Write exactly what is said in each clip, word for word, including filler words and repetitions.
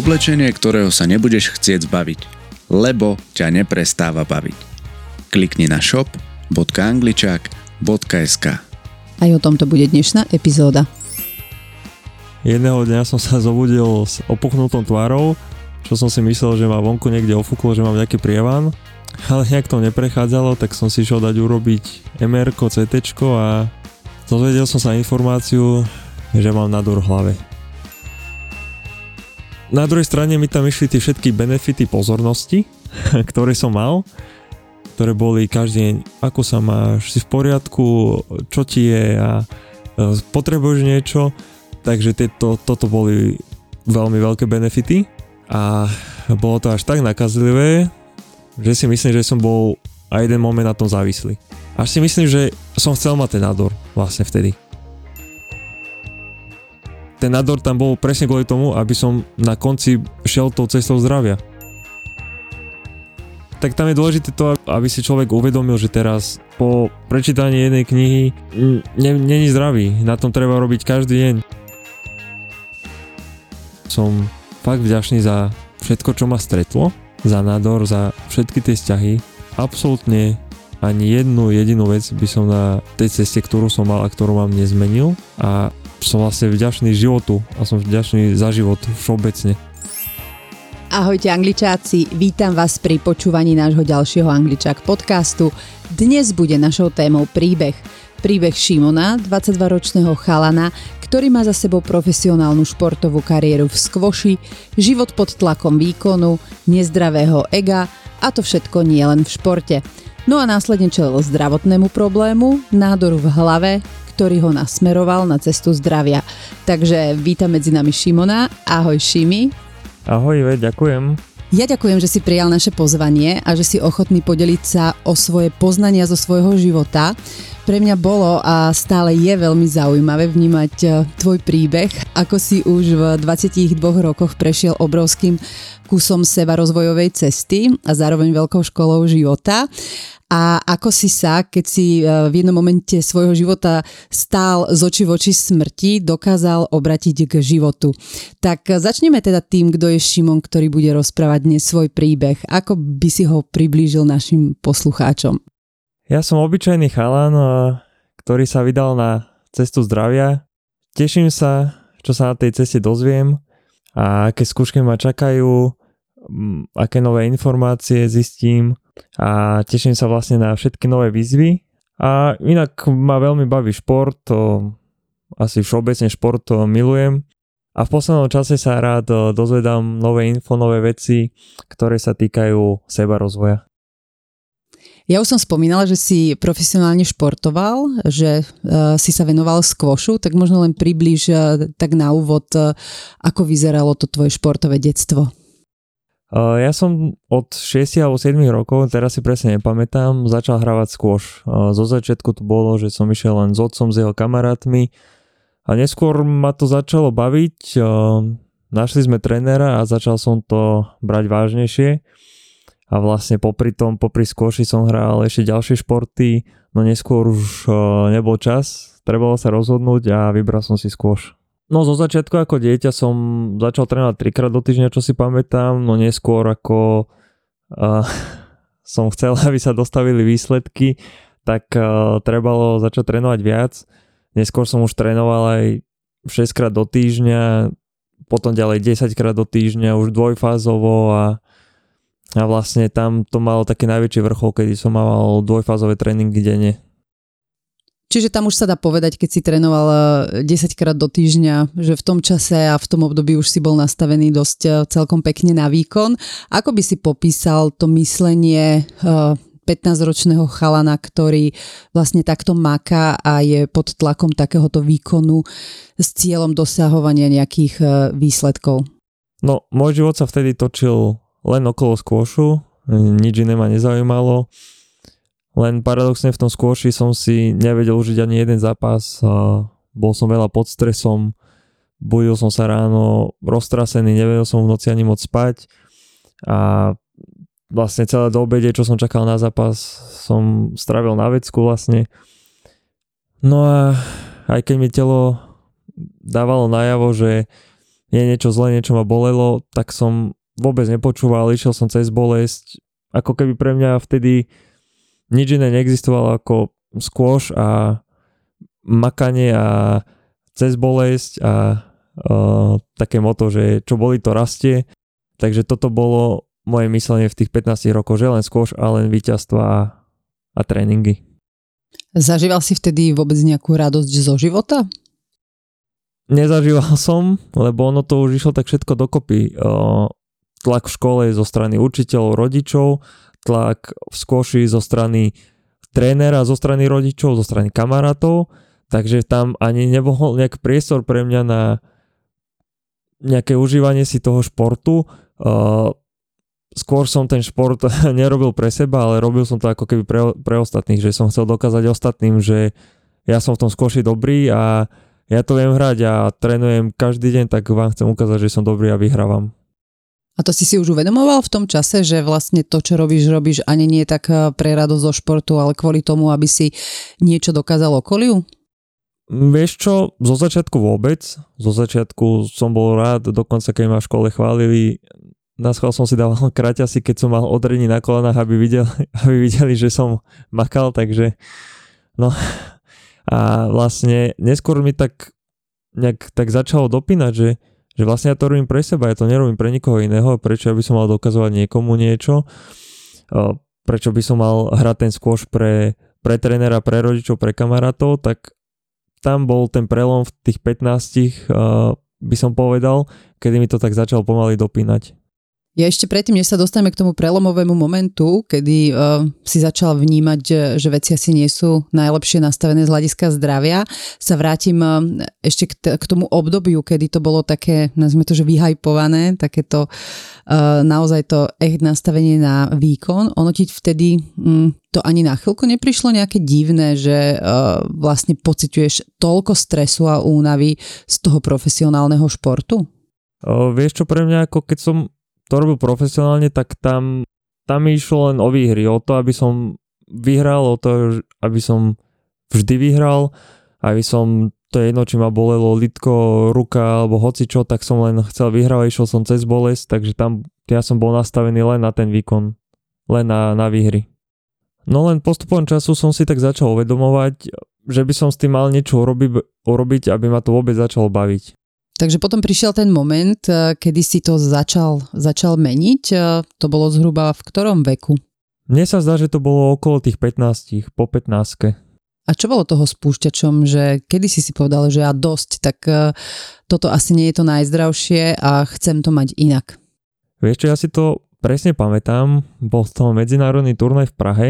Oblečenie, ktorého sa nebudeš chcieť zbaviť, lebo ťa neprestáva baviť. Klikni na shop bodka angličák bodka es ká. Aj o tomto bude dnešná epizóda. Jedného dňa som sa zobudil s opuchnutou tvárou, čo som si myslel, že ma vonku niekde ofúklo, že mám nejaký prievan, ale nejak to neprechádzalo, tak som si išiel dať urobiť em erko, cé téčko a dozvedel som sa informáciu, že mám nádor v hlave. Na druhej strane mi tam išli tie všetky benefity pozornosti, ktoré som mal, ktoré boli každý deň, ako sa máš, si v poriadku, čo ti je a potrebuješ niečo. Takže tieto, toto boli veľmi veľké benefity a bolo to až tak nakazlivé, že si myslím, že som bol aj jeden moment na tom závislý. Až si myslím, že som chcel mať ten nádor vlastne vtedy. Ten nádor tam bol presne kvôli tomu, aby som na konci šiel tou cestou zdravia. Tak tam je dôležité to, aby si človek uvedomil, že teraz po prečítaní jednej knihy není zdravý. Na tom treba robiť každý deň. Som fakt vďačný za všetko, čo ma stretlo, za nádor, za všetky tie vzťahy. Absolútne ani jednu jedinú vec by som na tej ceste, ktorú som mal a ktorú mám, nezmenil a som vlastne vďačný životu a som vďačný za život všeobecne. Ahojte Angličáci, vítam vás pri počúvaní nášho ďalšieho Angličák podcastu. Dnes bude našou témou príbeh. Príbeh Šimona, dvadsaťdvaročného chalana, ktorý má za sebou profesionálnu športovú kariéru v skvoši, život pod tlakom výkonu, nezdravého ega a to všetko nie len v športe. No a následne čelil zdravotnému problému, nádoru v hlave, ktorý ho nasmeroval na cestu zdravia. Takže vítam medzi nami Šimona. Ahoj Šimi. Ahoj, ve, ďakujem. Ja ďakujem, že si prijal naše pozvanie a že si ochotný podeliť sa o svoje poznania zo svojho života. Pre mňa bolo a stále je veľmi zaujímavé vnímať tvoj príbeh, ako si už v dvadsiatich dvoch rokoch prešiel obrovským kusom seba rozvojovej cesty a zároveň veľkou školou života. A ako si sa, keď si v jednom momente svojho života stál z očí v oči smrti, dokázal obratiť k životu. Tak začneme teda tým, kto je Šimon, ktorý bude rozprávať dnes svoj príbeh. Ako by si ho priblížil našim poslucháčom? Ja som obyčajný chalan, ktorý sa vydal na cestu zdravia. Teším sa, čo sa na tej ceste dozviem a aké skúšky ma čakajú, aké nové informácie zistím a teším sa vlastne na všetky nové výzvy. A inak ma veľmi baví šport, to asi všeobecne šport to milujem a v poslednom čase sa rád dozvedám nové info, nové veci, ktoré sa týkajú seba rozvoja. Ja už som spomínala, že si profesionálne športoval, že uh, si sa venoval skvošu, tak možno len priblíž uh, tak na úvod, uh, ako vyzeralo to tvoje športové detstvo. Uh, ja som od šesť alebo sedem rokov, teraz si presne nepamätám, začal hravať skvoš. Uh, zo začiatku to bolo, že som išiel len s otcom, s jeho kamarátmi a neskôr ma to začalo baviť. Uh, našli sme trénera a začal som to brať vážnejšie. A vlastne popri tom, popri skvoši som hral ešte ďalšie športy, no neskôr už uh, nebol čas, trebalo sa rozhodnúť a vybral som si skvoš. No zo začiatku ako dieťa som začal trénovať trikrát do týždňa, čo si pamätám, no neskôr ako uh, som chcel, aby sa dostavili výsledky, tak uh, trebalo začať trénovať viac. Neskôr som už trénoval aj šesťkrát do týždňa, potom ďalej desaťkrát do týždňa, už dvojfázovo a A vlastne tam to malo taký najväčší vrchol, kedy som mal dvojfázové tréningy denne. Čiže tam už sa dá povedať, keď si trénoval desaťkrát do týždňa, že v tom čase a v tom období už si bol nastavený dosť celkom pekne na výkon. Ako by si popísal to myslenie pätnásťročného chalana, ktorý vlastne takto maká a je pod tlakom takéhoto výkonu s cieľom dosahovania nejakých výsledkov? No, môj život sa vtedy točil len okolo skvošu, nič iné ma nezaujímalo. Len paradoxne v tom skvoši som si nevedel užiť ani jeden zápas. Bol som veľa pod stresom, budil som sa ráno roztrasený, nevedel som v noci ani moc spať a vlastne celé do obede, čo som čakal na zápas, som strávil na vecku vlastne. No a aj keď mi telo dávalo najavo, že je niečo zlé, niečo ma bolelo, tak som vôbec nepočúval, išiel som cez bolesť, ako keby pre mňa vtedy nič iné neexistovalo ako squash a makanie a cez bolesť a uh, také moto, že čo bolí, to rastie. Takže toto bolo moje myslenie v tých pätnástich rokoch, že len squash a len víťazstva a, a tréningy. Zažíval si vtedy vôbec nejakú radosť zo života? Nezažíval som, lebo ono to už išlo tak všetko dokopy. Uh, tlak v škole zo strany učiteľov, rodičov, tlak v squashi zo strany trénera, zo strany rodičov, zo strany kamarátov, takže tam ani nebol nejak priestor pre mňa na nejaké užívanie si toho športu. Uh, skôr som ten šport nerobil pre seba, ale robil som to ako keby pre, pre ostatných, že som chcel dokázať ostatným, že ja som v tom squashi dobrý a ja to viem hrať a trénujem každý deň, tak vám chcem ukázať, že som dobrý a vyhrávam. A to si si už uvedomoval v tom čase, že vlastne to, čo robíš, robíš ani nie tak pre radosť zo športu, ale kvôli tomu, aby si niečo dokázal okoliu? Vieš čo, zo začiatku vôbec. Zo začiatku som bol rád, dokonca keď ma v škole chválili, na schvál som si dával kraťasy, keď som mal odrení na kolenách, aby videli, aby videli, že som makal, takže no a vlastne neskôr mi tak nejak tak začalo dopínať, že že vlastne ja to robím pre seba, ja to nerobím pre nikoho iného, prečo by som mal dokazovať niekomu niečo, prečo by som mal hrať ten squash pre, pre trénera, pre rodičov, pre kamarátov, tak tam bol ten prelom v tých pätnástich, by som povedal, kedy mi to tak začalo pomaly dopínať. Ja ešte predtým, než sa dostaneme k tomu prelomovému momentu, kedy uh, si začal vnímať, že, že veci asi nie sú najlepšie nastavené z hľadiska zdravia, sa vrátim uh, ešte k, t- k tomu obdobiu, kedy to bolo také, nazvime to, že vyhajpované, takéto uh, naozaj to echt nastavenie na výkon. Ono ti vtedy um, to ani na chvíľku neprišlo nejaké divné, že uh, vlastne pociťuješ toľko stresu a únavy z toho profesionálneho športu? Uh, vieš čo, pre mňa, ako keď som to robil profesionálne, tak tam, tam mi išlo len o výhry, o to, aby som vyhral, o to, aby som vždy vyhral, aby som, to je jedno, či ma bolelo lidko, ruka, alebo hocičo, tak som len chcel vyhrať, išiel som cez bolesť, takže tam ja som bol nastavený len na ten výkon, len na, na výhry. No len postupom času som si tak začal uvedomovať, že by som s tým mal niečo urobiť, urobiť, aby ma to vôbec začalo baviť. Takže potom prišiel ten moment, kedy si to začal, začal meniť. To bolo zhruba v ktorom veku? Mne sa zdá, že to bolo okolo tých pätnástich, po pätnástke. A čo bolo toho spúšťačom, že kedy si si povedal, že ja dosť, tak toto asi nie je to najzdravšie a chcem to mať inak? Vieš čo, ja si to presne pamätám. Bol to medzinárodný turnaj v Prahe.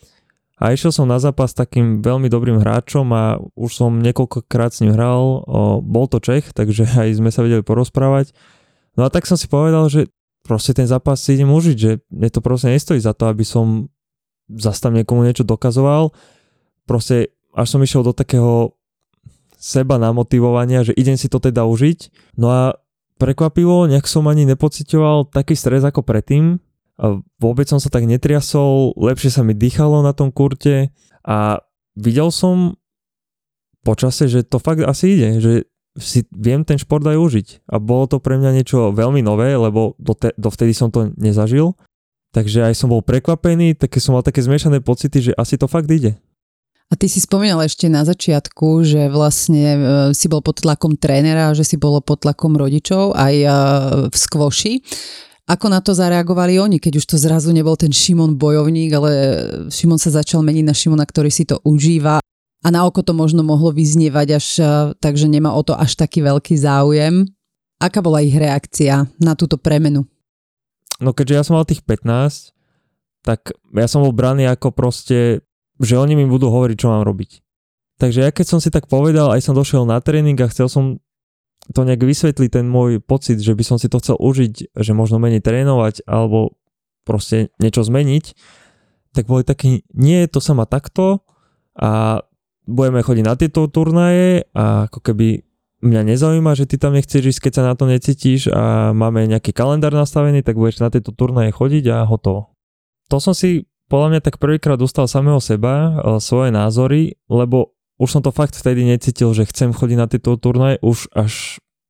A išiel som na zápas s takým veľmi dobrým hráčom a už som niekoľkokrát s ním hral. O, bol to Čech, takže aj sme sa vedeli porozprávať. No a tak som si povedal, že proste ten zápas si idem užiť, že mne to proste nestojí za to, aby som zase tam niekomu niečo dokazoval. Proste až som išiel do takého seba namotivovania, že idem si to teda užiť. No a prekvapivo, nejak som ani nepociťoval taký stres ako predtým. A vôbec som sa tak netriasol, lepšie sa mi dýchalo na tom kurte a videl som počase, že to fakt asi ide, že si viem ten šport aj užiť. A bolo to pre mňa niečo veľmi nové, lebo dovtedy som to nezažil. Takže aj som bol prekvapený, také som mal také zmiešané pocity, že asi to fakt ide. A ty si spomínal ešte na začiatku, že vlastne si bol pod tlakom trénera, že si bol pod tlakom rodičov aj v skvoši. Ako na to zareagovali oni, keď už to zrazu nebol ten Šimon bojovník, ale Šimon sa začal meniť na Šimona, ktorý si to užíva a na oko to možno mohlo vyznievať až tak, že nemá o to až taký veľký záujem. Aká bola ich reakcia na túto premenu? No keďže ja som mal tých pätnásť, tak ja som bol braný ako proste, že oni mi budú hovoriť, čo mám robiť. Takže ja keď som si tak povedal, aj som došiel na tréning a chcel som to nejak vysvetliť, ten môj pocit, že by som si to chcel užiť, že možno menej trénovať alebo proste niečo zmeniť, tak boli takí, nie, to sa má takto a budeme chodiť na tieto turnaje a ako keby mňa nezaujíma, že ty tam nechceš ísť, keď sa na to necítiš a máme nejaký kalendár nastavený, tak budeš na tieto turnaje chodiť a hotovo. To som si podľa mňa tak prvýkrát dostal samého seba, svoje názory, lebo už som to fakt vtedy necítil, že chcem chodiť na tieto turnaje, už až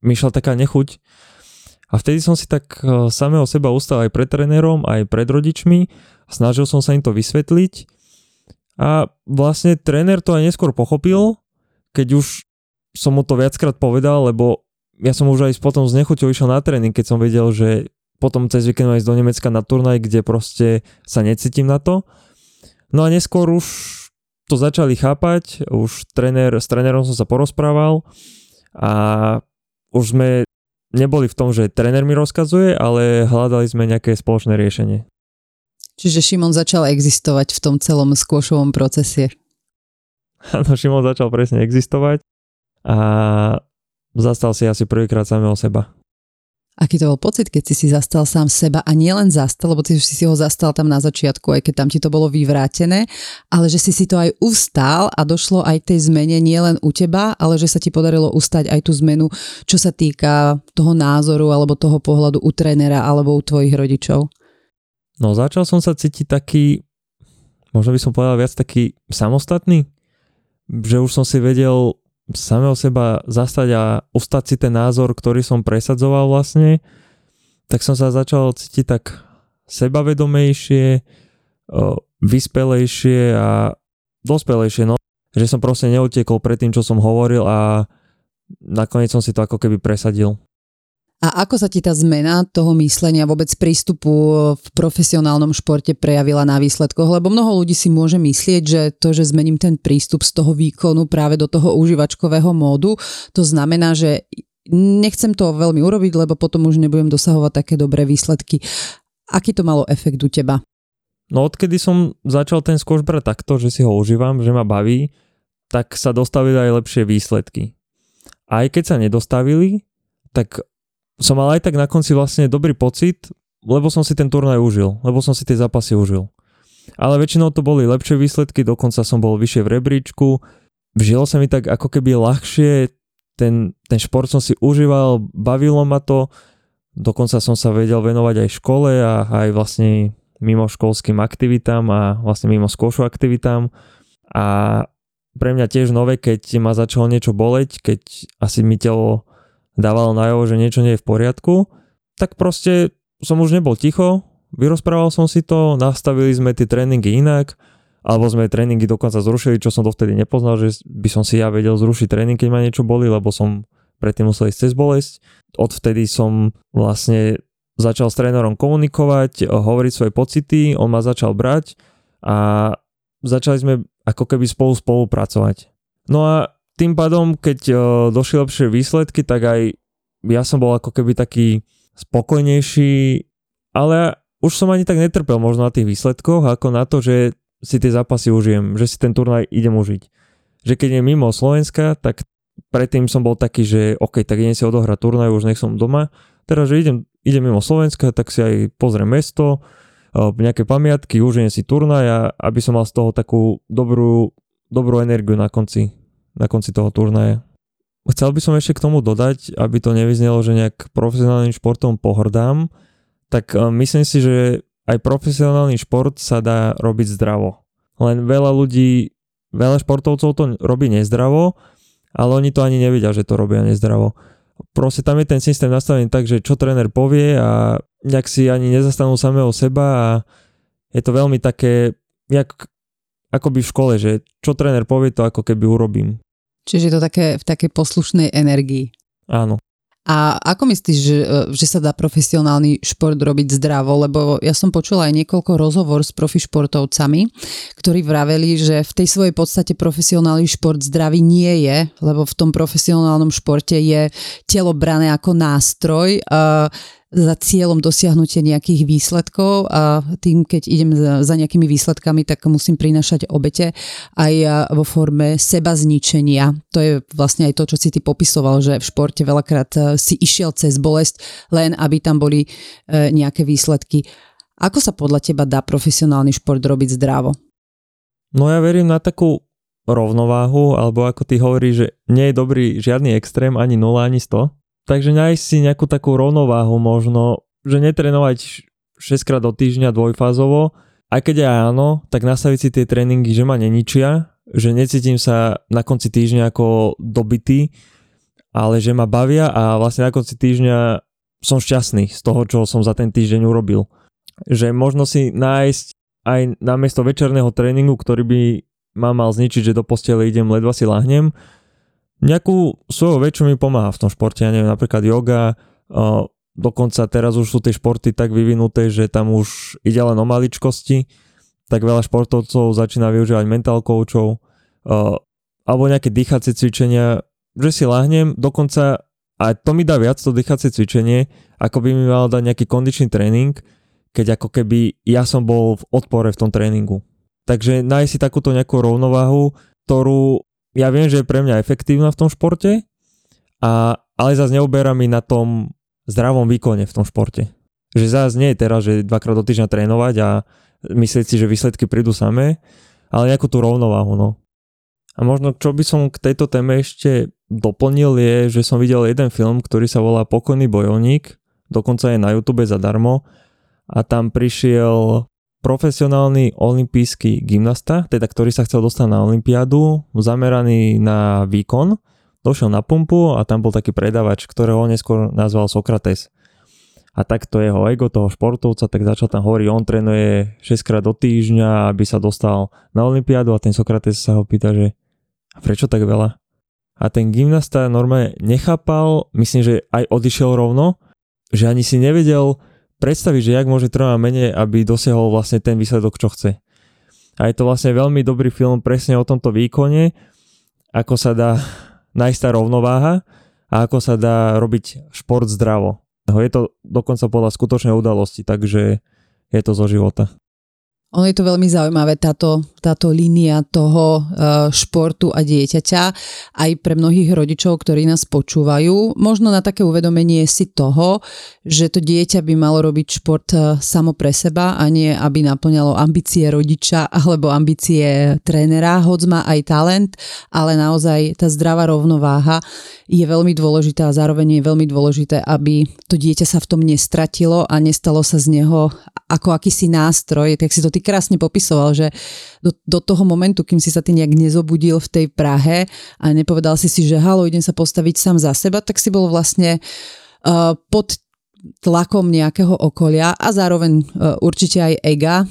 mi šla taká nechuť. A vtedy som si tak samého seba ustal aj pred trénerom, aj pred rodičmi. Snažil som sa im to vysvetliť. A vlastne tréner to aj neskôr pochopil, keď už som mu to viackrát povedal, lebo ja som už aj potom z nechuťou išiel na tréning, keď som vedel, že potom cez víkend mám ísť do Nemecka na turnaj, kde proste sa necítim na to. No a neskôr už to začali chápať, už tréner, s trénerom som sa porozprával a už sme neboli v tom, že tréner mi rozkazuje, ale hľadali sme nejaké spoločné riešenie. Čiže Šimon začal existovať v tom celom skôšovom procese. Áno, Šimon začal presne existovať a zastal si asi prvýkrát samého seba. Aký to bol pocit, keď si si zastal sám seba a nielen zastal, lebo ty už si si ho zastal tam na začiatku, aj keď tam ti to bolo vyvrátené, ale že si si to aj ustál a došlo aj tej zmene nielen u teba, ale že sa ti podarilo ustať aj tú zmenu, čo sa týka toho názoru alebo toho pohľadu u trénera alebo u tvojich rodičov? No začal som sa cítiť taký, možno by som povedal viac taký samostatný, že už som si vedel samého seba zastať a ustať si ten názor, ktorý som presadzoval vlastne, tak som sa začal cítiť tak sebavedomejšie, vyspelejšie a dospelejšie, no. Že som proste neutiekol pred tým, čo som hovoril a nakoniec som si to ako keby presadil. A ako sa ti tá zmena toho myslenia, vôbec prístupu v profesionálnom športe prejavila na výsledkoch? Lebo mnoho ľudí si môže myslieť, že to, že zmením ten prístup z toho výkonu práve do toho užívačkového módu, to znamená, že nechcem to veľmi urobiť, lebo potom už nebudem dosahovať také dobré výsledky. Aký to malo efekt u teba? No odkedy som začal ten skôš brať takto, že si ho užívam, že ma baví, tak sa dostavili aj lepšie výsledky. Aj keď sa nedostavili, tak som mal aj tak na konci vlastne dobrý pocit, lebo som si ten turnaj užil, lebo som si tie zápasy užil. Ale väčšinou to boli lepšie výsledky, dokonca som bol vyššie v rebríčku, žilo sa mi tak ako keby ľahšie, ten, ten šport som si užíval, bavilo ma to, dokonca som sa vedel venovať aj škole a aj vlastne mimo školským aktivitám a vlastne mimo skôšu aktivitám. A pre mňa tiež nové, keď ma začalo niečo boleť, keď asi mi telo dávalo najavo, že niečo nie je v poriadku, tak proste som už nebol ticho, vyrozprával som si to, nastavili sme tie tréningy inak, alebo sme tréningy dokonca zrušili, čo som dovtedy nepoznal, že by som si ja vedel zrušiť tréning, keď ma niečo boli, lebo som predtým musel ísť cez bolesť. Odvtedy som vlastne začal s trénerom komunikovať, hovoriť svoje pocity, on ma začal brať a začali sme ako keby spolu spolupracovať. No a tým pádom, keď uh, došli lepšie výsledky, tak aj ja som bol ako keby taký spokojnejší, ale už som ani tak netrpel možno na tých výsledkoch, ako na to, že si tie zápasy užijem, že si ten turnaj idem užiť. Že keď je mimo Slovenska, tak predtým som bol taký, že OK, tak idem si odohrať turnaj, už nech som doma. Teraz, že idem, idem mimo Slovenska, tak si aj pozriem mesto, uh, nejaké pamiatky, užijem si turnaj a aby som mal z toho takú dobrú, dobrú energiu na konci. na konci toho turnaja. Chcel by som ešte k tomu dodať, aby to nevyznelo, že nejak profesionálnym športom pohrdám, tak myslím si, že aj profesionálny šport sa dá robiť zdravo. Len veľa ľudí, veľa športovcov to robí nezdravo, ale oni to ani nevedia, že to robia nezdravo. Proste tam je ten systém nastavený tak, že čo tréner povie a nejak si ani nezastanú samého seba a je to veľmi také, jak akoby v škole, že čo tréner povie, to ako keby urobím. Čiže je to také v takej poslušnej energii. Áno. A ako myslíš, že, že sa dá profesionálny šport robiť zdravo? Lebo ja som počula aj niekoľko rozhovor s profi športovcami, ktorí vraveli, že v tej svojej podstate profesionálny šport zdravý nie je, lebo v tom profesionálnom športe je telo brané ako nástroj uh, za cieľom dosiahnutia nejakých výsledkov a tým, keď idem za, za nejakými výsledkami, tak musím prinášať obete aj vo forme seba zničenia. To je vlastne aj to, čo si ty popisoval, že v športe veľakrát si išiel cez bolesť, len aby tam boli nejaké výsledky. Ako sa podľa teba dá profesionálny šport robiť zdravo? No ja verím na takú rovnováhu, alebo ako ty hovoríš, že nie je dobrý žiadny extrém, ani nula, ani sto. Takže nájsť si nejakú takú rovnováhu možno, že netrénovať šesť krát do týždňa dvojfázovo, aj keď aj áno, tak nastaviť si tie tréningy, že ma neničia, že necítim sa na konci týždňa ako dobitý ale že ma bavia a vlastne na konci týždňa som šťastný z toho, čo som za ten týždeň urobil. Že možno si nájsť aj namiesto večerného tréningu, ktorý by ma mal zničiť, že do postele idem, ledva si lahnem, nejakú svoju väčšiu mi pomáha v tom športe. Ja neviem, napríklad yoga, dokonca teraz už sú tie športy tak vyvinuté, že tam už ide len o maličkosti, tak veľa športovcov začína využívať mental coachov, alebo nejaké dýchacie cvičenia, že si lahnem, dokonca a to mi dá viac to dýchacie cvičenie, ako by mi mal dať nejaký kondičný tréning, keď ako keby ja som bol v odpore v tom tréningu. Takže nájsť si takúto nejakú rovnováhu, ktorú ja viem, že je pre mňa efektívna v tom športe, a, ale zase neuberá mi na tom zdravom výkone v tom športe. Že zase nie je teraz, že dvakrát do týždňa trénovať a myslieť si, že výsledky prídu samé, ale nejakú tú rovnováhu, no. A možno čo by som k tejto téme ešte doplnil je, že som videl jeden film, ktorý sa volá Pokojný bojovník, dokonca je na YouTube zadarmo, a tam prišiel profesionálny olympijský gymnasta, teda ktorý sa chcel dostať na olympiádu, zameraný na výkon, došiel na pumpu a tam bol taký predavač, ktorého on neskôr nazval Sokrates. A takto jeho ego toho športovca, tak začal tam hovoriť, on trénuje šesť krát do týždňa, aby sa dostal na olympiádu, a ten Sokrates sa ho pýta, že a prečo tak veľa? A ten gymnasta normálne nechápal, myslím, že aj odišiel rovno, že ani si nevedel predstaviť, že jak môže trénovať menej, aby dosiahol vlastne ten výsledok, čo chce. A je to vlastne veľmi dobrý film presne o tomto výkone, ako sa dá nájsť tá rovnováha a ako sa dá robiť šport zdravo. Je to dokonca podľa skutočnej udalosti, takže je to zo života. Ono je to veľmi zaujímavé, táto, táto línia toho uh, športu a dieťaťa aj pre mnohých rodičov, ktorí nás počúvajú. Možno na také uvedomenie si toho, že to dieťa by malo robiť šport uh, samo pre seba a nie aby naplňalo ambície rodiča alebo ambície trénera, hoď má aj talent, ale naozaj tá zdravá rovnováha je veľmi dôležitá a zároveň je veľmi dôležité, aby to dieťa sa v tom nestratilo a nestalo sa z neho ako akýsi nástroj, tak si to ty krásne popisoval, že do, do toho momentu, kým si sa ty nejak nezobudil v tej Prahe a nepovedal si si, že halo, idem sa postaviť sám za seba, tak si bol vlastne uh, pod tlakom nejakého okolia a zároveň uh, určite aj ega uh,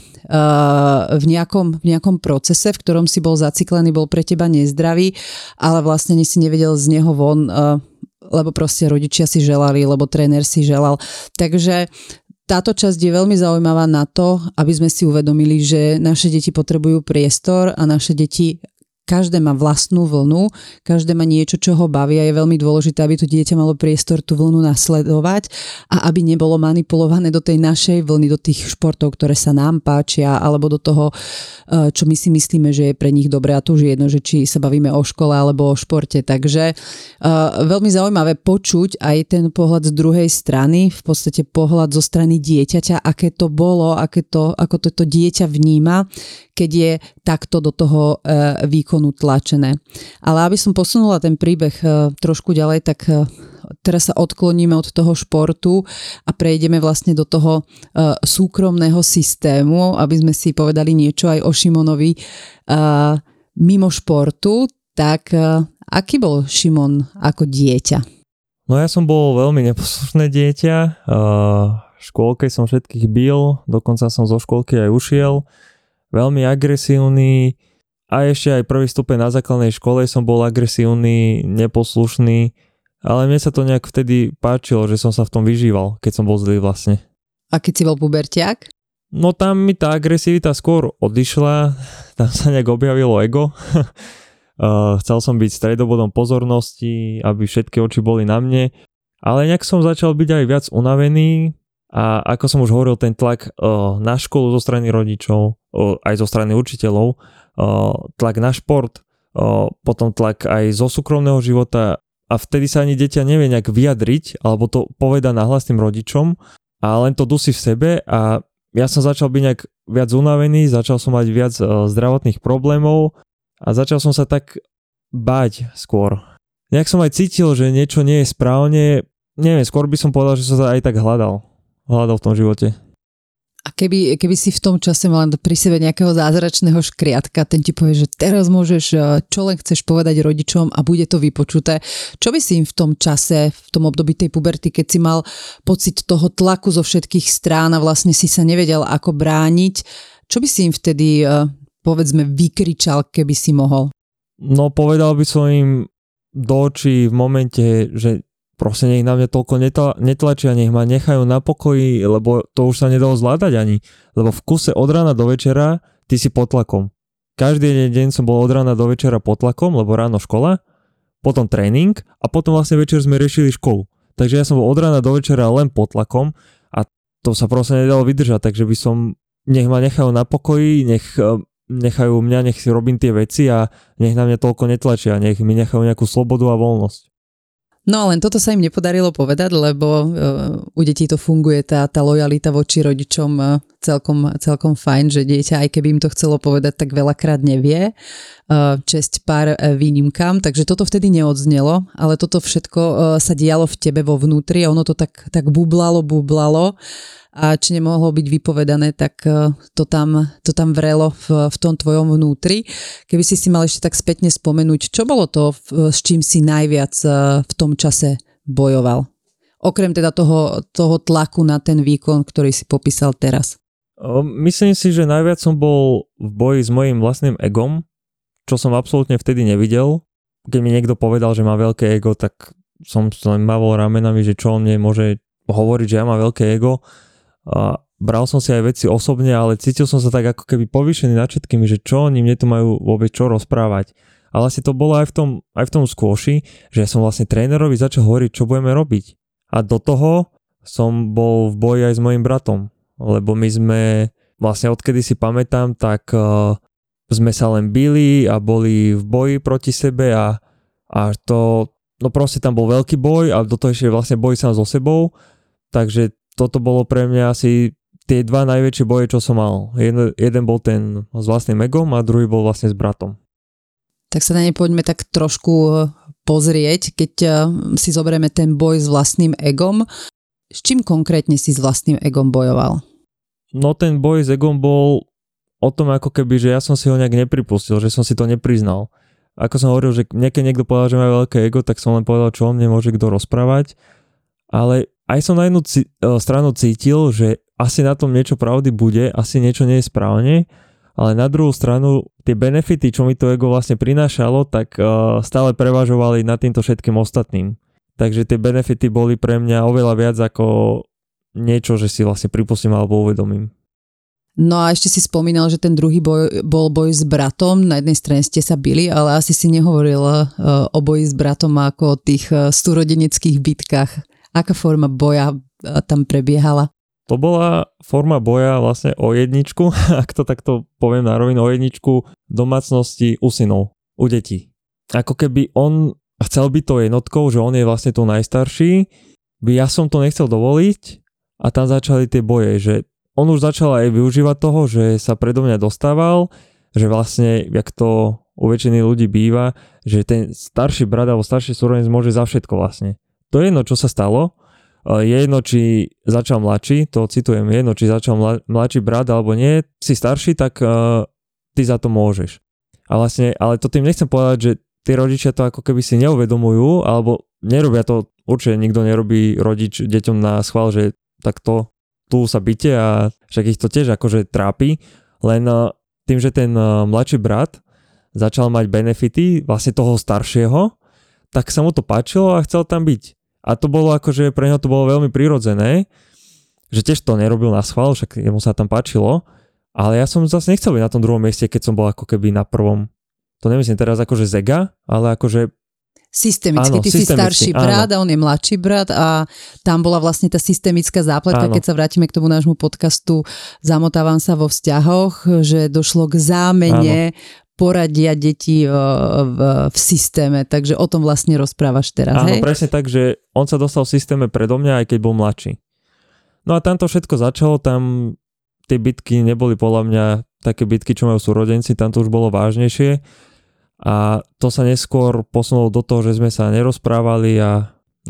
v, nejakom, v nejakom procese, v ktorom si bol zaciklený, bol pre teba nezdravý, ale vlastne si nevedel z neho von, uh, lebo proste rodičia si želali, lebo tréner si želal. Takže táto časť je veľmi zaujímavá na to, aby sme si uvedomili, že naše deti potrebujú priestor a naše deti, každé má vlastnú vlnu, každé má niečo, čo ho baví, a je veľmi dôležité, aby to dieťa malo priestor tú vlnu nasledovať a aby nebolo manipulované do tej našej vlny, do tých športov, ktoré sa nám páčia, alebo do toho, čo my si myslíme, že je pre nich dobré, a to už je jedno, že či sa bavíme o škole alebo o športe. Takže veľmi zaujímavé počuť aj ten pohľad z druhej strany, v podstate pohľad zo strany dieťaťa, aké to bolo, aké to, ako toto dieťa vníma, keď je takto do toho výkonu tlačené. Ale aby som posunula ten príbeh trošku ďalej, tak teraz sa odkloníme od toho športu a prejdeme vlastne do toho súkromného systému, aby sme si povedali niečo aj o Šimonovi mimo športu. Tak aký bol Šimon ako dieťa? No ja som bol veľmi neposlušné dieťa. V škôlke som všetkých bil, dokonca som zo škôlky aj ušiel. Veľmi agresívny, a ešte aj prvý stupeň na základnej škole som bol agresívny, neposlušný, ale mne sa to nejak vtedy páčilo, že som sa v tom vyžíval, keď som bol zlý vlastne. A keď si bol pubertiak? No tam mi tá agresivita skôr odišla, tam sa nejak objavilo ego. Chcel som byť stredobodom pozornosti, aby všetky oči boli na mne, ale nejak som začal byť aj viac unavený. A ako som už hovoril, ten tlak uh, na školu zo strany rodičov, uh, aj zo strany učiteľov, uh, tlak na šport, uh, potom tlak aj zo súkromného života, a vtedy sa ani dieťa nevie nejak vyjadriť alebo to povedať nahlas tým rodičom a len to dusí v sebe, a ja som začal byť nejak viac unavený, začal som mať viac uh, zdravotných problémov a začal som sa tak báť skôr. Nejak som aj cítil, že niečo nie je správne, neviem, skôr by som povedal, že som sa aj tak hľadal. hľadal v tom živote. A keby, keby si v tom čase mal pri sebe nejakého zázračného škriatka, ten ti povie, že teraz môžeš, čo len chceš povedať rodičom a bude to vypočuté. Čo by si im v tom čase, v tom období tej puberty, keď si mal pocit toho tlaku zo všetkých strán a vlastne si sa nevedel ako brániť, čo by si im vtedy, povedzme, vykričal, keby si mohol? No povedal by som im do očí v momente, že proste nech na mňa toľko netla, netlačia, nech ma nechajú na pokoji, lebo to už sa nedalo zvládať ani. Lebo v kuse od rána do večera ty si pod tlakom. Každý deň som bol od rána do večera pod tlakom, lebo ráno škola, potom tréning a potom vlastne večer sme riešili školu. Takže ja som bol od rána do večera len pod tlakom a to sa proste nedalo vydržať, takže by som, nech ma nechajú na pokoji, nech nechajú mňa, nech si robím tie veci a nech na mňa toľko netlačia, nech mi nechajú nejakú slobodu a voľnosť. No len toto sa im nepodarilo povedať, lebo uh, u detí to funguje, tá, tá lojalita voči rodičom uh, celkom, celkom fajn, že dieťa, aj keby im to chcelo povedať, tak veľakrát nevie. Uh, česť pár uh, výnimkám, takže toto vtedy neodznelo, ale toto všetko uh, sa dialo v tebe vo vnútri a ono to tak, tak bublalo, bublalo. A či nemohlo byť vypovedané, tak to tam, to tam vrelo v, v tom tvojom vnútri. Keby si si mal ešte tak spätne spomenúť, čo bolo to, s čím si najviac v tom čase bojoval? Okrem teda toho, toho tlaku na ten výkon, ktorý si popísal teraz. Myslím si, že najviac som bol v boji s mojím vlastným egom, čo som absolútne vtedy nevidel. Keď mi niekto povedal, že má veľké ego, tak som len mávol ramenami, že čo on mne môže hovoriť, že ja mám veľké ego. A bral som si aj veci osobne, ale cítil som sa tak ako keby povýšený nad všetkými, že čo oni mne tu majú vôbec čo rozprávať. Ale asi to bolo aj v tom, aj v tom skôši, že ja som vlastne trénerovi začal hovoriť, čo budeme robiť. A do toho som bol v boji aj s mojim bratom, lebo my sme vlastne odkedy si pamätám, tak uh, sme sa len bili a boli v boji proti sebe a, a to, no proste tam bol veľký boj a do toho ešte vlastne boj sám so sebou, takže toto bolo pre mňa asi tie dva najväčšie boje, čo som mal. Jeden, jeden bol ten s vlastným egom a druhý bol vlastne s bratom. Tak sa na ne poďme tak trošku pozrieť, keď si zoberieme ten boj s vlastným egom. S čím konkrétne si s vlastným egom bojoval? No ten boj s egom bol o tom ako keby, že ja som si ho nejak nepripustil, že som si to nepriznal. Ako som hovoril, že niekedy niekto povedal, že má veľké ego, tak som len povedal, čo o mne môže kto rozprávať. Ale aj som na jednu c- stranu cítil, že asi na tom niečo pravdy bude, asi niečo nie je správne, ale na druhú stranu tie benefity, čo mi to ego vlastne prinášalo, tak uh, stále prevažovali nad týmto všetkým ostatným. Takže tie benefity boli pre mňa oveľa viac ako niečo, že si vlastne pripustím alebo uvedomím. No a ešte si spomínal, že ten druhý boj bol boj s bratom. Na jednej strane ste sa bili, ale asi si nehovoril uh, o boji s bratom ako o tých uh, stúrodeneckých bitkách. Aká forma boja tam prebiehala? To bola forma boja vlastne o jedničku, ak to takto poviem na rovinu, o jedničku domácnosti u synov, u detí. Ako keby on chcel byť tou jednotkou, že on je vlastne tu najstarší, by ja som to nechcel dovoliť a tam začali tie boje, že on už začal aj využívať toho, že sa predo mňa dostával, že vlastne, jak to u väčšiny ľudí býva, že ten starší brat alebo starší súrodenec môže za všetko vlastne. To je jedno, čo sa stalo. Je jedno, či začal mladší, to citujem, je jedno, či začal mladší brat alebo nie, si starší, tak uh, ty za to môžeš. A vlastne, ale to tým nechcem povedať, že tí rodičia to ako keby si neuvedomujú, alebo nerobia to, určite nikto nerobí rodič deťom na schvál, že takto tu sa byte a však ich to tiež akože trápi, len uh, tým, že ten uh, mladší brat začal mať benefity vlastne toho staršieho, tak sa mu to páčilo a chcel tam byť. A to bolo akože, pre neho to bolo veľmi prirodzené, že tiež to nerobil na schvál, však jemu sa tam páčilo, ale ja som zase nechcel byť na tom druhom mieste, keď som bol ako keby na prvom. To nemyslím teraz akože zega, ale akože systemicky, áno, ty systemicky, si starší áno. brat a on je mladší brat a tam bola vlastne tá systemická zápletka, áno. Keď sa vrátime k tomu nášmu podcastu Zamotávam sa vo vzťahoch, že došlo k zámene áno. poradia detí v, v, v systéme, takže o tom vlastne rozprávaš teraz, áno, hej? Áno, presne tak, že on sa dostal v systéme predo mňa, aj keď bol mladší. No a tam to všetko začalo, tam tie bitky neboli podľa mňa také bitky, čo majú súrodenci, tam to už bolo vážnejšie a to sa neskôr posunulo do toho, že sme sa nerozprávali a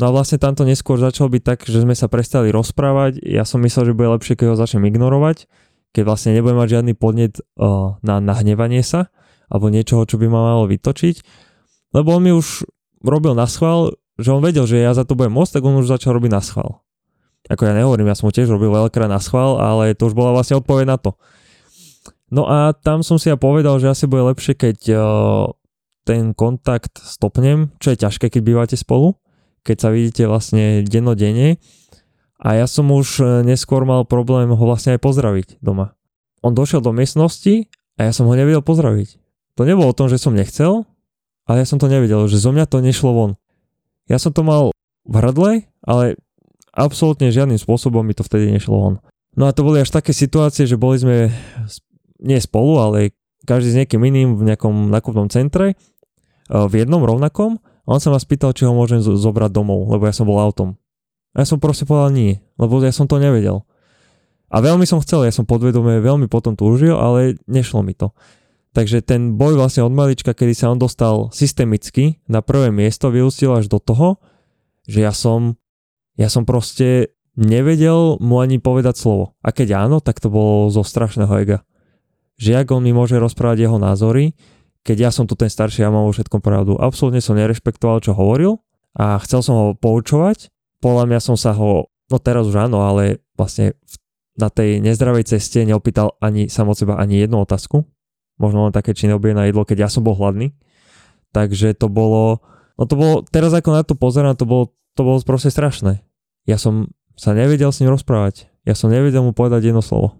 No a vlastne tamto neskôr začalo byť tak, že sme sa prestali rozprávať. Ja som myslel, že bude lepšie, keď ho začnem ignorovať, keď vlastne nebudem mať žiadny podnet uh, na nahnevanie sa alebo niečoho, čo by ma malo vytočiť. Lebo on mi už robil naschvál, že on vedel, že ja za to budem môcť, tak on už začal robiť naschvál. Ako ja nehovorím, ja som ho tiež robil veľakrát naschvál, ale to už bola vlastne odpoveď na to. No a tam som si ja povedal, že asi bude lepšie, keď uh, ten kontakt stopnem, čo je ťažké, keď bývate spolu, keď sa vidíte vlastne dennodenne. A ja som už neskôr mal problém ho vlastne aj pozdraviť doma. On došiel do miestnosti a ja som ho nevedel pozdraviť. To nebolo o tom, že som nechcel, ale ja som to nevedel, že zo mňa to nešlo von. Ja som to mal v hrdle, ale absolútne žiadnym spôsobom mi to vtedy nešlo von. No a to boli až také situácie, že boli sme nie spolu, ale každý s niekým iným v nejakom nákupnom centre, v jednom rovnakom. A on sa ma spýtal, či ho môžem z- zobrať domov, lebo ja som bol autom. A ja som proste povedal nie, lebo ja som to nevedel. A veľmi som chcel, ja som podvedome veľmi potom túžil, ale nešlo mi to. Takže ten boj vlastne od malička, kedy sa on dostal systemicky na prvé miesto, vyústil až do toho, že ja som, ja som proste nevedel mu ani povedať slovo. A keď áno, tak to bolo zo strašného ega. Že jak on mi môže rozprávať jeho názory, keď ja som tu ten starší, ja mám vo všetkom pravdu. Absolútne som nerešpektoval, čo hovoril a chcel som ho poučovať. Podľa mňa som sa ho, no teraz už áno, ale vlastne na tej nezdravej ceste neopýtal ani sam od seba ani jednu otázku. Možno len také, či neobije na jedlo, keď ja som bol hladný. Takže to bolo, no to bolo, teraz ako na to pozerám, to bolo, to bolo proste strašné. Ja som sa nevedel s ním rozprávať. Ja som nevedel mu povedať jedno slovo.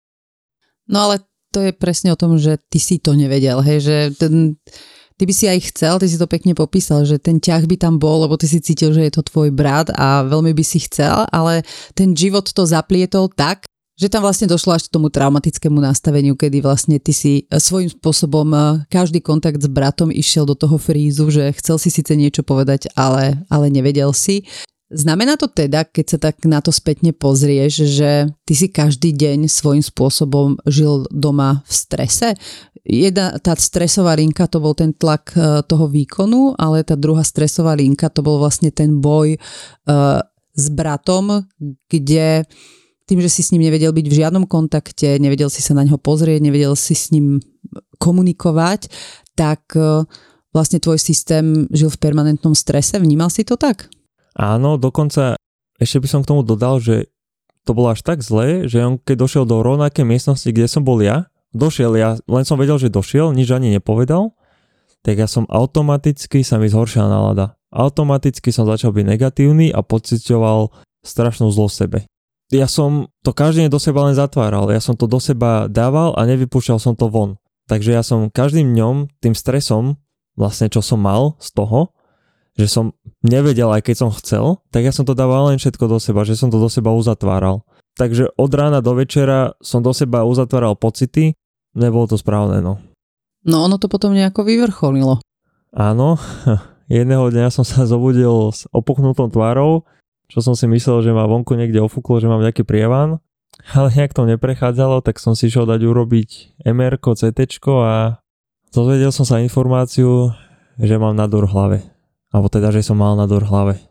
No ale to je presne o tom, že ty si to nevedel, hej, že ten, ty by si aj chcel, ty si to pekne popísal, že ten ťah by tam bol, lebo ty si cítil, že je to tvoj brat a veľmi by si chcel, ale ten život to zaplietol tak, že tam vlastne došlo až k tomu traumatickému nastaveniu, kedy vlastne ty si svojím spôsobom každý kontakt s bratom išiel do toho frízu, že chcel si síce niečo povedať, ale, ale nevedel si. Znamená to teda, keď sa tak na to spätne pozrieš, že ty si každý deň svojím spôsobom žil doma v strese? Jedna, tá stresová linka to bol ten tlak toho výkonu, ale tá druhá stresová linka to bol vlastne ten boj uh, s bratom, kde tým, že si s ním nevedel byť v žiadnom kontakte, nevedel si sa na ňo pozrieť, nevedel si s ním komunikovať, tak uh, vlastne tvoj systém žil v permanentnom strese. Vnímal si to tak? Áno, dokonca ešte by som k tomu dodal, že to bolo až tak zlé, že on keď došiel do rovnakej miestnosti, kde som bol ja, došiel, ja len som vedel, že došiel, nič ani nepovedal, tak ja som automaticky, sa mi zhoršila nálada. Automaticky som začal byť negatívny a pociťoval strašnú zlosť sebe. Ja som to každý deň do seba len zatváral, ja som to do seba dával a nevypúšťal som to von. Takže ja som každým dňom tým stresom, vlastne čo som mal z toho, že som nevedel, aj keď som chcel, tak ja som to dával len všetko do seba, že som to do seba uzatváral. Takže od rána do večera som do seba uzatváral pocity, nebolo to správne, no. No ono to potom nejako vyvrcholilo. Áno, jedného dňa som sa zobudil s opuchnutou tvárou, čo som si myslel, že ma vonku niekde ofúklo, že mám nejaký prievan, ale nejak to neprechádzalo, tak som si šiel dať urobiť em erko, cé téčko a dozvedel som sa informáciu, že mám nádor v hlave. Alebo teda, že som mal nádor v hlave.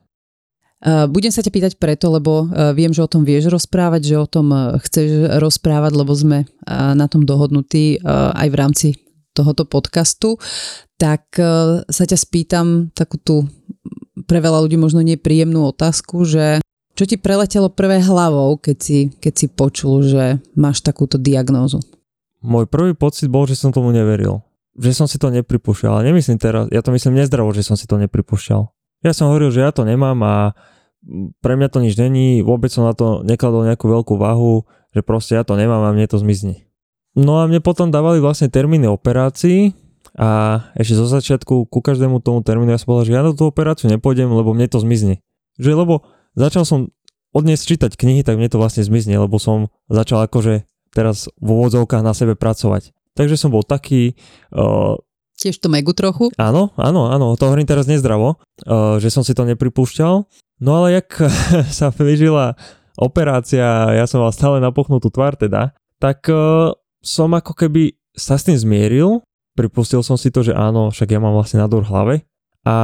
Budem sa ťa pýtať preto, lebo viem, že o tom vieš rozprávať, že o tom chceš rozprávať, lebo sme na tom dohodnutí aj v rámci tohoto podcastu. Tak sa ťa spýtam takú tú pre veľa ľudí možno nepríjemnú otázku, že čo ti preletelo prvé hlavou, keď si, keď si počul, že máš takúto diagnózu? Môj prvý pocit bol, že som tomu neveril. Že som si to nepripúšťal. Ale nemyslím teraz, ja to myslím nezdravo, že som si to nepripúšťal. Ja som hovoril, že ja to nemám a pre mňa to nič není, vôbec som na to nekladol nejakú veľkú váhu, že proste ja to nemám a mne to zmizne. No a mne potom dávali vlastne termíny operácií a ešte zo začiatku ku každému tomu termínu ja som povedal, že ja na tú operáciu nepôjdem, lebo mne to zmizne. Že lebo začal som odniesť čítať knihy, tak mne to vlastne zmizne, lebo som začal akože teraz v úvodzovkách na sebe pracovať. Takže som bol taký... Uh, Tiež to megu trochu? Áno, áno, áno, to hovorím teraz nezdravo, uh, že som si to nepripúšťal. No ale jak sa blížila operácia, ja som mal stále napuchnutú tvár teda, tak uh, som ako keby sa s tým zmieril, pripustil som si to, že áno, však ja mám vlastne nádor v hlave a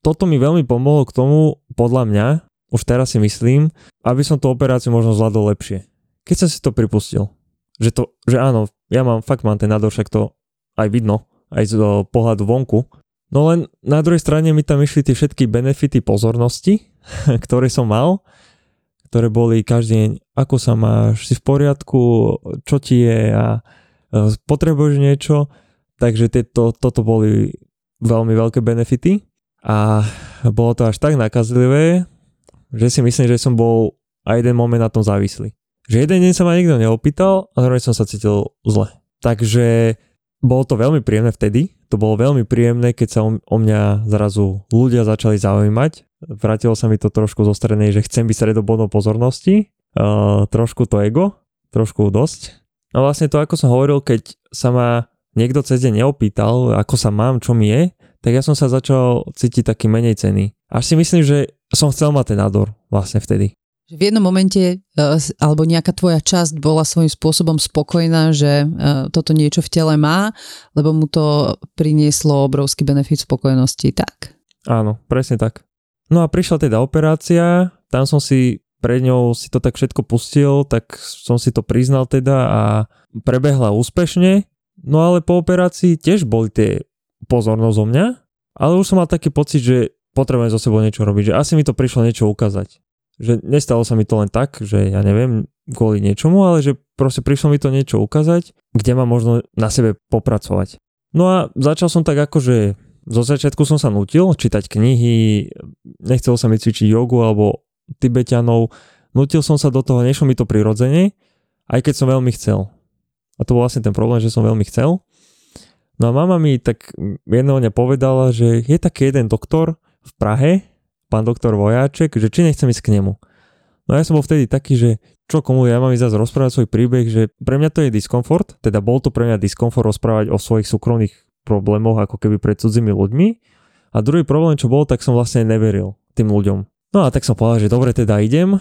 toto mi veľmi pomohlo k tomu, podľa mňa, už teraz si myslím, aby som tú operáciu možno zvládol lepšie. Keď som si to pripustil, že, to, že áno, ja mám, fakt mám ten nádor, však to aj vidno, aj z pohľadu vonku. No len na druhej strane mi tam išli tie všetky benefity pozornosti, ktoré som mal, ktoré boli každý deň, ako sa máš, si v poriadku, čo ti je a potrebuješ niečo. Takže tieto, toto boli veľmi veľké benefity a bolo to až tak nakazlivé, že si myslím, že som bol aj jeden moment na tom závislý. Že jeden deň sa ma nikto neopýtal a druhý som sa cítil zle. Takže bolo to veľmi príjemné vtedy. To bolo veľmi príjemné, keď sa o, o mňa zrazu ľudia začali zaujímať. Vrátilo sa mi to trošku zo strednej, že chcem byť stredobodom pozornosti. Uh, trošku to ego, trošku dosť. A vlastne to, ako som hovoril, keď sa ma niekto cez deň neopýtal, ako sa mám, čo mi je, tak ja som sa začal cítiť taký menej cenný. Až si myslím, že som chcel mať ten nádor vlastne vtedy. V jednom momente alebo nejaká tvoja časť bola svojím spôsobom spokojná, že toto niečo v tele má, lebo mu to prinieslo obrovský benefit spokojnosti, tak? Áno, presne tak. No a prišla teda operácia, tam som si pred ňou si to tak všetko pustil, tak som si to priznal teda a prebehla úspešne, no ale po operácii tiež boli tie pozornosť o mňa, ale už som mal taký pocit, že potrebujem so sebou niečo robiť, že asi mi to prišlo niečo ukázať. Že nestalo sa mi to len tak, že ja neviem, kvôli niečomu, ale že proste prišlo mi to niečo ukázať, kde mám možno na sebe popracovať. No a začal som tak akože, zo začiatku som sa nutil čítať knihy, nechcel sa mi cvičiť jogu alebo Tibeťanov, nutil som sa do toho, nešlo mi to prirodzene, aj keď som veľmi chcel. A to bol vlastne ten problém, že som veľmi chcel. No a mama mi tak jedného dňa povedala, že je taký jeden doktor v Prahe, pán doktor Vojáček, že či nechcem ísť k nemu. No ja som bol vtedy taký, že čo komu, ja mám ísť zase rozprávať svoj príbeh, že pre mňa to je diskomfort, teda bol to pre mňa diskomfort rozprávať o svojich súkromných problémoch ako keby pred cudzými ľuďmi. A druhý problém, čo bol, tak som vlastne neveril tým ľuďom. No a tak som povedal, že dobre, teda idem.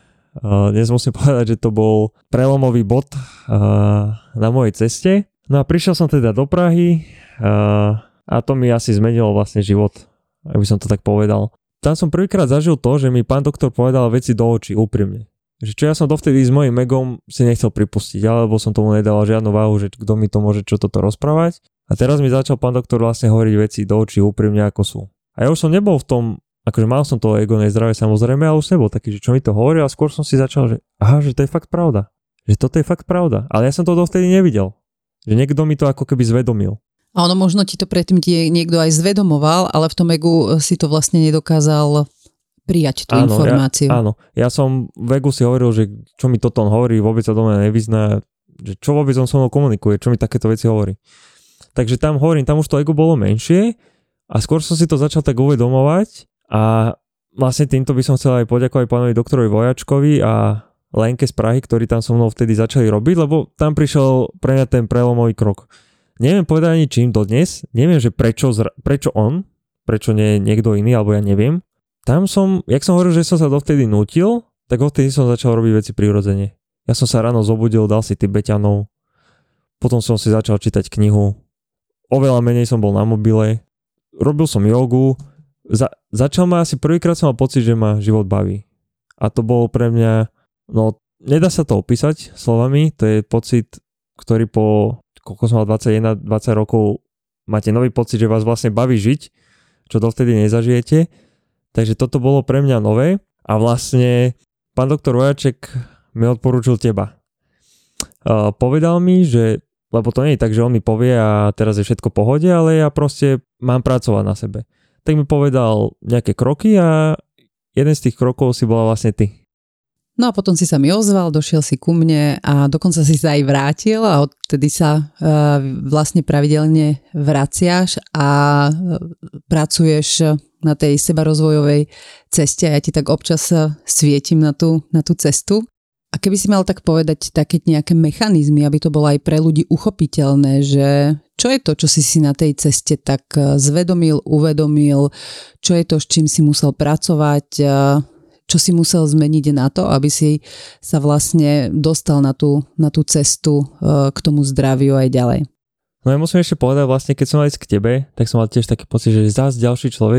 Uh, dnes musím povedať, že to bol prelomový bod uh, na mojej ceste. No a prišiel som teda do Prahy uh, a to mi asi zmenilo vlastne život, aby som to tak povedal. Tam som prvýkrát zažil to, že mi pán doktor povedal veci do očí úprimne. Že čo ja som dovtedy s mojím egom si nechcel pripustiť, alebo som tomu nedal žiadnu váhu, že kto mi to môže čo toto rozprávať. A teraz mi začal pán doktor vlastne hovoriť veci do očí úprimne ako sú. A ja už som nebol v tom, akože mal som to ego nezdravé samozrejme, ale už nebol taký, že čo mi to hovoril a skôr som si začal, že aha, že to je fakt pravda. Že toto je fakt pravda. Ale ja som to dovtedy nevidel. Že niekto mi to ako keby zvedomil. A ono možno ti to predtým tie niekto aj zvedomoval, ale v tom egu si to vlastne nedokázal prijať tú áno, informáciu. Ja, áno, ja som v egu si hovoril, že čo mi toto on hovorí, vôbec sa do mňa nevyzná, že čo vôbec on so mnou komunikuje, čo mi takéto veci hovorí. Takže tam hovorím, tam už to ego bolo menšie a skôr som si to začal tak uvedomovať a vlastne týmto by som chcel aj poďakovať pánovi doktorovi Vojačkovi a Lenke z Prahy, ktorí tam so mnou vtedy začali robiť, lebo tam prišiel pre mňa ten prelomový krok. Neviem povedať ani čím dodnes, neviem, že prečo, prečo on, prečo nie niekto iný, alebo ja neviem. Tam som, jak som hovoril, že som sa dovtedy nutil, tak odtedy som začal robiť veci prirodzene. Ja som sa ráno zobudil, dal si Tibeťanov, potom som si začal čítať knihu, oveľa menej som bol na mobile, robil som jogu, za, začal ma asi prvýkrát som mal pocit, že ma život baví. A to bolo pre mňa, no nedá sa to opísať slovami, to je pocit, ktorý po, koľko som mal dvadsaťjeden dvadsať rokov, máte nový pocit, že vás vlastne baví žiť, čo dovtedy nezažijete. Takže toto bolo pre mňa nové a vlastne pán doktor Vojaček mi odporúčil teba. Uh, povedal mi, že, lebo to nie je tak, že on mi povie a teraz je všetko v pohode, ale ja proste mám pracovať na sebe. Tak mi povedal nejaké kroky a jeden z tých krokov si bola vlastne ty. No a potom si sa mi ozval, došiel si ku mne a dokonca si sa aj vrátil a odtedy sa uh, vlastne pravidelne vraciaš a uh, pracuješ na tej sebarozvojovej ceste a ja ti tak občas svietim na tú, na tú cestu. A keby si mal tak povedať také nejaké mechanizmy, aby to bolo aj pre ľudí uchopiteľné, že čo je to, čo si si na tej ceste tak zvedomil, uvedomil, čo je to, s čím si musel pracovať, čo si musel zmeniť na to, aby si sa vlastne dostal na tú, na tú cestu k tomu zdraviu aj ďalej. No ja musím ešte povedať vlastne, keď som mal ísť k tebe, tak som mal tiež taký pocit, že zás ďalší človek,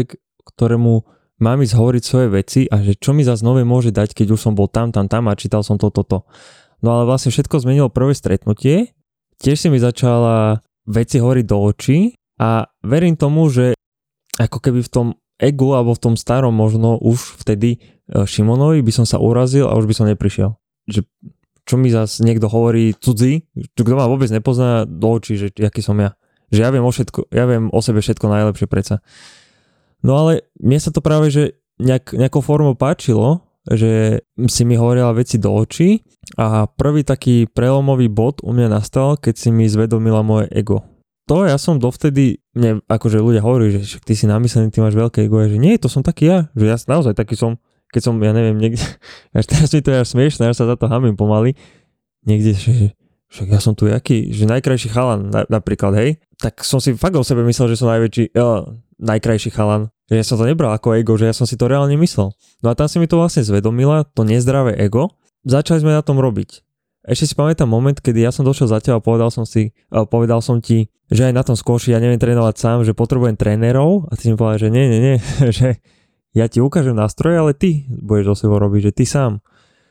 ktorému mám ísť hovoriť svoje veci a že čo mi zase nové môže dať, keď už som bol tam, tam, tam a čítal som toto, toto. No ale vlastne všetko zmenilo prvé stretnutie, tiež si mi začala veci hovoriť do očí a verím tomu, že ako keby v tom egu alebo v tom starom možno už vtedy Šimonovi by som sa urazil a už by som neprišiel. Že čo mi zase niekto hovorí cudzí, kto ma vôbec nepozná do očí, že aký som ja. Že ja viem o všetko, ja viem o sebe všetko najlepšie predsa. No ale mne sa to práve, že nejak, nejakou formou páčilo, že si mi hovorila veci do očí a prvý taký prelomový bod u mňa nastal, keď si mi zvedomila moje ego. To ja som dovtedy, mne akože ľudia hovorí, že ty si namyslený, ty máš veľké ego, že nie, to som taký ja, že ja naozaj taký som, keď som, ja neviem, niekde, až teraz mi to je až smiešné, ja sa za to hamím pomaly, niekde, že však ja som tu jaký, že najkrajší chalan na, napríklad, hej, tak som si fakt o sebe myslel, že som najväčší, jo, najkrajší chalan. Že ja som to nebral ako ego, že ja som si to reálne myslel. No a tam si mi to vlastne zvedomila, to nezdravé ego. Začali sme na tom robiť. Ešte si pamätám moment, kedy ja som došiel za teba a povedal som si, povedal som ti, že aj na tom skôši ja neviem trénovať sám, že potrebujem trénerov a ty si mi povedal, že nie, nie, nie, že ja ti ukážem nástroje, ale ty budeš so sebou robiť, že ty sám.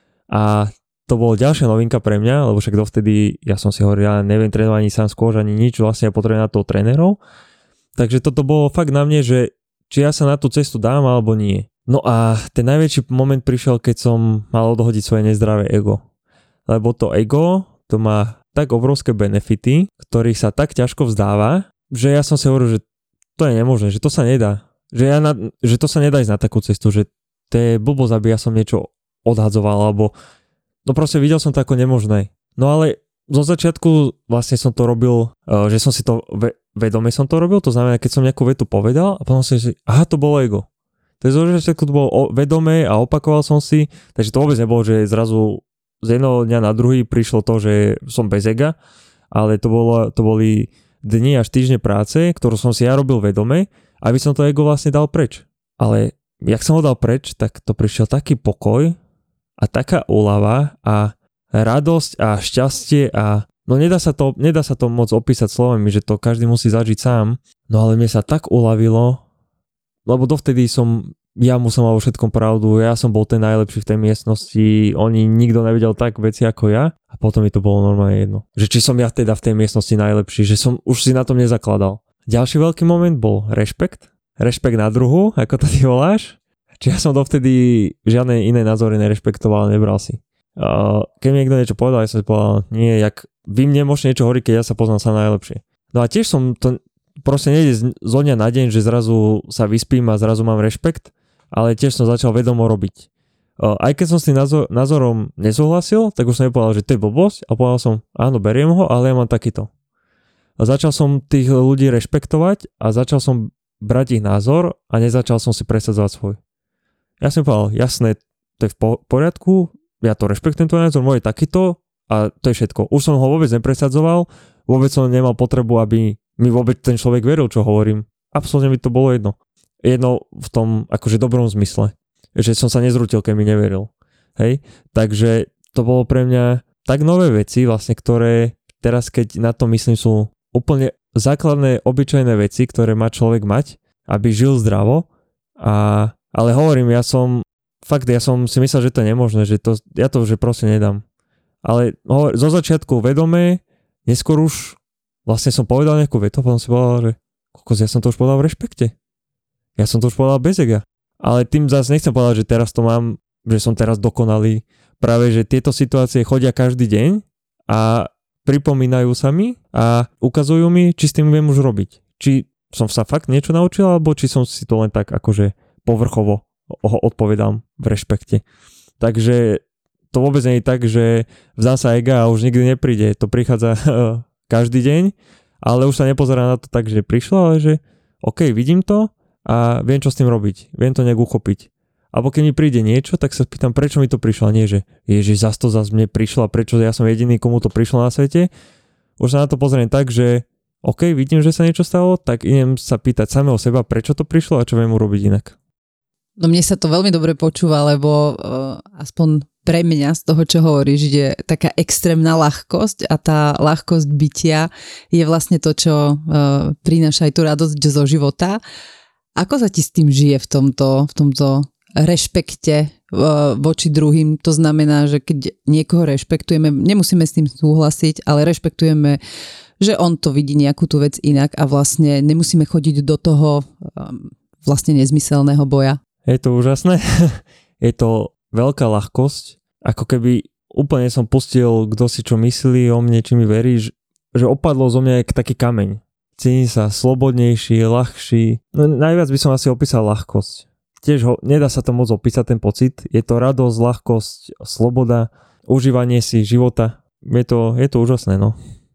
A to bolo ďalšia novinka pre mňa, lebo však dovtedy ja som si hovoril, ja neviem trénovať ani sám skôr, ani nič, vlastne ja potrebujem na toho trénerov. Takže toto bolo fakt na mne, že či ja sa na tú cestu dám alebo nie. No a ten najväčší moment prišiel, keď som mal odhodiť svoje nezdravé ego. Lebo to ego, to má tak obrovské benefity, ktorých sa tak ťažko vzdáva, že ja som si hovoril, že to je nemožné, že to sa nedá. Že, ja na, že to sa nedá ísť na takú cestu, že to je blbosť, aby ja som niečo odhadzoval, alebo no proste videl som to ako nemožné. No ale zo začiatku vlastne som to robil, že som si to ve, vedome som to robil, to znamená, keď som nejakú vetu povedal a potom som si, aha, to bolo ego. To je zo začiatku to bolo vedomé a opakoval som si, takže to vôbec nebolo, že zrazu z jedného dňa na druhý prišlo to, že som bez ega, ale to, bolo, to boli dni až týždne práce, ktorú som si ja robil vedome, aby som to ego vlastne dal preč. Ale jak som ho dal preč, tak to prišiel taký pokoj a taká úľava a radosť a šťastie a no nedá sa to, nedá sa to moc opísať slovami, že to každý musí zažiť sám, no ale mne sa tak uľavilo, lebo dovtedy som, ja musel mať vo všetkom pravdu, ja som bol ten najlepší v tej miestnosti, oni nikto nevedel tak veci ako ja a potom mi to bolo normálne jedno. Že či som ja teda v tej miestnosti najlepší, že som už si na tom nezakladal. Ďalší veľký moment bol rešpekt, rešpekt na druhu, ako to ty voláš, či ja som dovtedy žiadne iné názory nerešpektoval, nebral si. Uh, keď mi niekto niečo povedal, ja som si povedal, nie, jak vy mne môžete niečo hovoriť, keď ja sa poznám sa najlepšie. No a tiež som to proste nejde zo dňa na deň, že zrazu sa vyspím a zrazu mám rešpekt, ale tiež som začal vedomo robiť. Uh, aj keď som s tým názor, názorom nesúhlasil, tak už som nepovedal, že to je blbosť a povedal som, áno, beriem ho, ale ja mám takýto. A začal som tých ľudí rešpektovať a začal som brať ich názor a nezačal som si presadzovať svoj. Ja som povedal, jasné, to je v poriadku, ja to rešpektujem, tvoj názor, môj je takýto a to je všetko. Už som ho vôbec nepresadzoval, vôbec som nemal potrebu, aby mi vôbec ten človek veril, čo hovorím. Absolútne mi to bolo jedno. Jedno v tom akože dobrom zmysle. Že som sa nezrútil, keď mi neveril. Hej? Takže to bolo pre mňa tak nové veci, vlastne, ktoré teraz, keď na to myslím, sú úplne základné, obyčajné veci, ktoré má človek mať, aby žil zdravo. A, ale hovorím, ja som fakt, ja som si myslel, že to je nemožné, že to, ja to že proste nedám. Ale hovor, zo začiatku vedomé, neskôr už vlastne som povedal nejakú vetu, potom si povedal, že kokos, ja som to už povedal v rešpekte. Ja som to už povedal bez ega. Ale tým zase nechcem povedať, že teraz to mám, že som teraz dokonalý. Práve, že tieto situácie chodia každý deň a pripomínajú sa mi a ukazujú mi, či s tým viem už robiť. Či som sa fakt niečo naučil, alebo či som si to len tak akože povrchovo ho odpovedám v rešpekte. Takže to vôbec nie je tak, že vzdám sa ega a už nikdy nepríde. To prichádza každý deň, ale už sa nepozerá na to tak, že prišlo, ale že OK, vidím to a viem, čo s tým robiť. Viem to nejak uchopiť. Alebo keď mi príde niečo, tak sa pýtam, prečo mi to prišlo. Nie, že ježiš, zas to zas mne prišlo a prečo ja som jediný, komu to prišlo na svete. Už sa na to pozriem tak, že OK, vidím, že sa niečo stalo, tak idem sa pýtať samého seba, prečo to prišlo a čo viem urobiť inak. No mne sa to veľmi dobre počúva, lebo uh, aspoň pre mňa z toho, čo hovoríš, je taká extrémna ľahkosť a tá ľahkosť bytia je vlastne to, čo uh, prináša aj tú radosť zo života. Ako sa ti s tým žije v tomto, v tomto rešpekte voči druhým? To znamená, že keď niekoho rešpektujeme, nemusíme s tým súhlasiť, ale rešpektujeme, že on to vidí nejakú tú vec inak a vlastne nemusíme chodiť do toho vlastne nezmyselného boja. Je to úžasné. Je to veľká ľahkosť. Ako keby úplne som pustil, kto si čo myslí o mne, či mi verí, že, že opadlo zo mňa jak taký kameň. Cítim sa slobodnejší, ľahší. No, najviac by som asi opísal ľahkosť. Tiež ho, nedá sa to moc opísať, ten pocit. Je to radosť, ľahkosť, sloboda, užívanie si života. Je to, je to úžasné, no.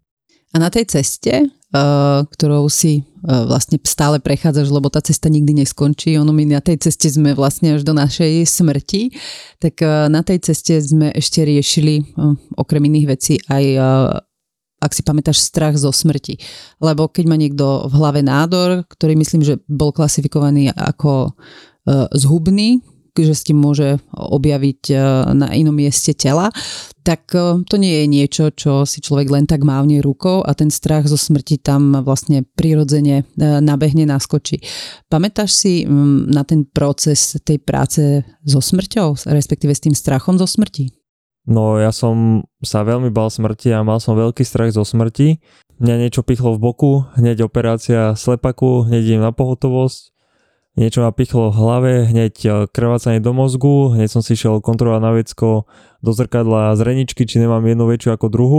A na tej ceste, uh, ktorou si uh, vlastne stále prechádzaš, lebo tá cesta nikdy neskončí, ono my na tej ceste sme vlastne až do našej smrti, tak uh, na tej ceste sme ešte riešili uh, okrem iných vecí aj, uh, ak si pamätáš, strach zo smrti. Lebo keď má niekto v hlave nádor, ktorý myslím, že bol klasifikovaný ako uh, zhubný, že s tým môže objaviť na inom mieste tela, tak to nie je niečo, čo si človek len tak mávne rukou a ten strach zo smrti tam vlastne prirodzene nabehne, naskočí. Pamätáš si na ten proces tej práce so smrťou, respektíve s tým strachom zo smrti? No ja som sa veľmi bál smrti a mal som veľký strach zo smrti. Mňa niečo pichlo v boku, hneď operácia slepaku, hneď idem na pohotovosť. Niečo ma pichlo v hlave, hneď krvácanie do mozgu, hneď som si šiel kontrolovať na vecko do zrkadla z reničky, či nemám jednu väčšiu ako druhú.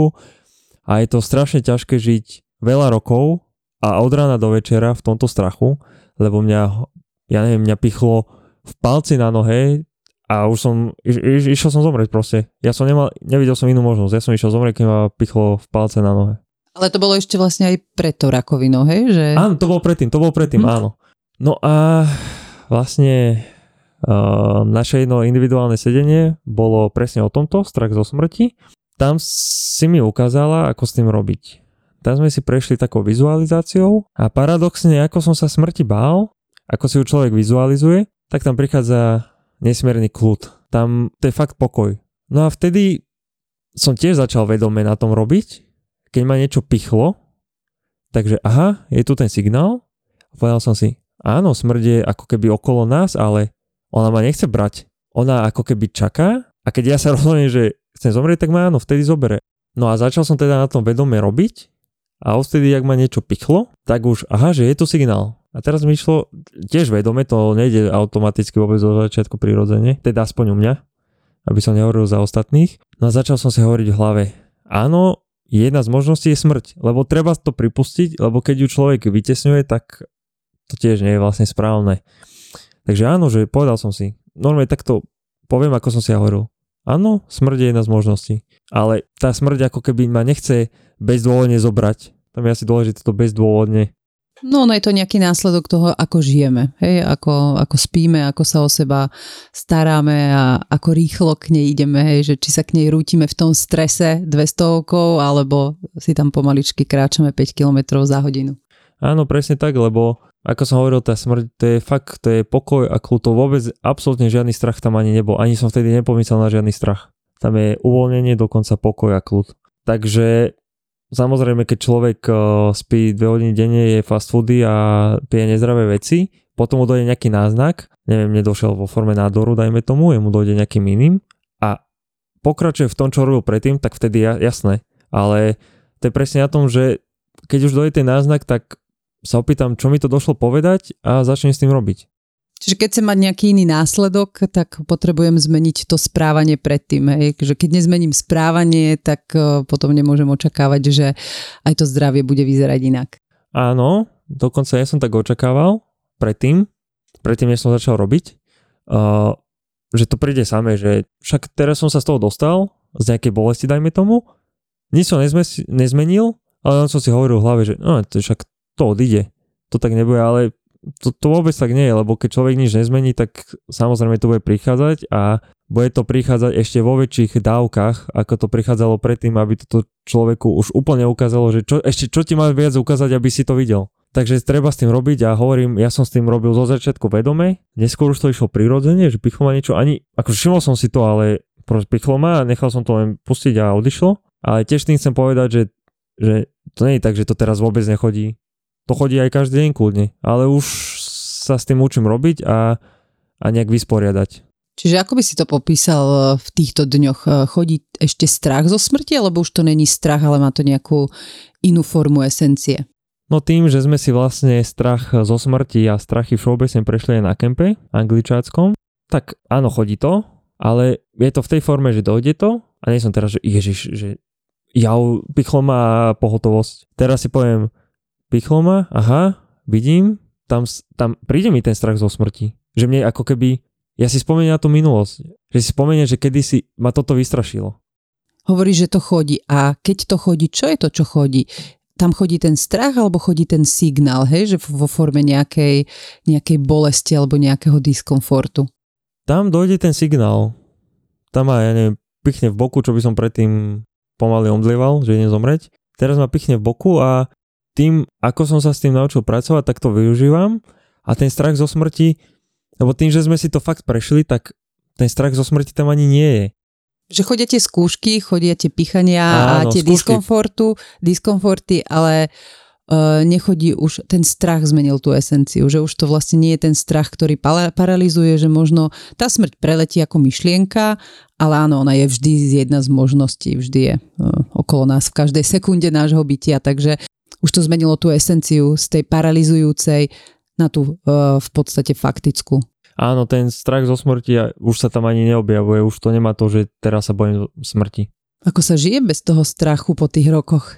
A je to strašne ťažké žiť veľa rokov a od rána do večera v tomto strachu, lebo mňa, ja neviem, mňa pichlo v palci na nohe a už som, iš, iš, išiel som zomrieť proste. Ja som nemal, nevidel som inú možnosť, ja som išiel zomrieť, keď ma pichlo v palce na nohe. Ale to bolo ešte vlastne aj pred to rakovinou, hej? Že... Áno, to bolo predtým, to bolo predtým, hm. áno. No a vlastne uh, naše jedno individuálne sedenie bolo presne o tomto, strach zo smrti. Tam si mi ukázala, ako s tým robiť. Tam sme si prešli takou vizualizáciou a paradoxne, ako som sa smrti bál, ako si ju človek vizualizuje, tak tam prichádza nesmierny kľud. Tam to je fakt pokoj. No a vtedy som tiež začal vedome na tom robiť, keď ma niečo pichlo, takže aha, je tu ten signál a povedal som si, áno, smrť je ako keby okolo nás, ale ona ma nechce brať. Ona ako keby čaká a keď ja sa rozhodnem, že chcem zomrieť, tak ma áno, vtedy zobere. No a začal som teda na tom vedome robiť a odtedy, jak ma niečo pichlo, tak už, aha, že je tu signál. A teraz mi išlo tiež vedome, to nejde automaticky vôbec do začiatku prirodzene, teda aspoň u mňa, aby som nehovoril za ostatných. No a začal som si hovoriť v hlave, áno, jedna z možností je smrť, lebo treba to pripustiť, lebo keď ju človek vytesňuje, tak to tiež nie je vlastne správne. Takže áno, že povedal som si, normálne takto poviem, ako som si ja hovoril. Áno, smrť je jedna z možností. Ale tá smrť ako keby ma nechce bezdôvodne zobrať. Tam je asi dôležité to bezdôvodne. No, no je to nejaký následok toho, ako žijeme. Hej? Ako, ako spíme, ako sa o seba staráme a ako rýchlo k nej ideme. Hej? Že či sa k nej rútime v tom strese dvestovkou, alebo si tam pomaličky kráčame päť kilometrov za hodinu. Áno, presne tak, lebo ako som hovoril, tá smrť, to je fakt, to je pokoj a kľud, to vôbec absolútne žiadny strach tam ani nebol. Ani som vtedy nepomyslel na žiadny strach. Tam je uvoľnenie, dokonca pokoj a kľud. Takže samozrejme, keď človek spí dve hodiny denne, je fast foody a pije nezdravé veci, potom mu dojde nejaký náznak, neviem, nedošiel vo forme nádoru, dajme tomu, jemu dojde nejakým iným a pokračuje v tom, čo robil predtým, tak vtedy jasné. Ale to je presne na tom, že keď už dojde ten náznak, tak sa opýtam, čo mi to došlo povedať a začnem s tým robiť. Čiže keď chcem mať nejaký iný následok, tak potrebujem zmeniť to správanie predtým. Hej? Že keď nezmením správanie, tak potom nemôžem očakávať, že aj to zdravie bude vyzerať inak. Áno, dokonca ja som tak očakával predtým, predtým, než som začal robiť, uh, že to príde samé, že však teraz som sa z toho dostal, z nejakej bolesti, dajme tomu, nič som nezme- nezmenil, ale on som si hovoril v hlave, že no, to však to odíde. To tak nebude, ale to, to vôbec tak nie je, lebo keď človek nič nezmení, tak samozrejme to bude prichádzať a bude to prichádzať ešte vo väčších dávkach, ako to prichádzalo predtým, aby to človeku už úplne ukázalo, že čo, ešte čo ti má viac ukázať, aby si to videl. Takže treba s tým robiť a hovorím, ja som s tým robil zo začiatku vedome, neskôr už to išlo prirodzene, že pichlo ma niečo, ani, ako všimol som si to, ale proste pichlo ma a nechal som to len pustiť a odišlo, ale tiež tým chcem povedať, že, že to nie je tak, že to teraz vôbec nechodí. To chodí aj každý deň kľudne, ale už sa s tým učím robiť a, a nejak vysporiadať. Čiže ako by si to popísal v týchto dňoch? Chodí ešte strach zo smrti, alebo už to není strach, ale má to nejakú inú formu esencie? No tým, že sme si vlastne strach zo smrti a strachy všeobecne prešli aj na kempe angličáckom, tak áno, chodí to, ale je to v tej forme, že dojde to a nie som teraz, že ježiš, že jau, pichlo má pohotovosť. Teraz si poviem, pichlo ma, aha, vidím, tam, tam príde mi ten strach zo smrti. Že mne ako keby, ja si spomeniem na tú minulosť, že si spomeniem, že kedysi ma toto vystrašilo. Hovoríš, že to chodí a keď to chodí, čo je to, čo chodí? Tam chodí ten strach alebo chodí ten signál, hej, že vo forme nejakej, nejakej bolesti alebo nejakého diskomfortu? Tam dojde ten signál. Tam ma, ja neviem, pichne v boku, čo by som predtým pomaly omdlieval, že idem zomreť. Teraz ma pichne v boku a tým, ako som sa s tým naučil pracovať, tak to využívam a ten strach zo smrti, lebo tým, že sme si to fakt prešli, tak ten strach zo smrti tam ani nie je. Že chodia tie skúšky, chodia tie pichania Áno, a tie diskomfortu, diskomforty, ale uh, nechodí už, ten strach zmenil tú esenciu, že už to vlastne nie je ten strach, ktorý paralizuje, že možno tá smrť preletí ako myšlienka, ale áno, ona je vždy jedna z možností, vždy je uh, okolo nás v každej sekunde nášho bytia, takže už to zmenilo tú esenciu z tej paralizujúcej na tú uh, v podstate faktickú. Áno, ten strach zo smrti už sa tam ani neobjavuje, už to nemá to, že teraz sa bojím smrti. Ako sa žije bez toho strachu po tých rokoch?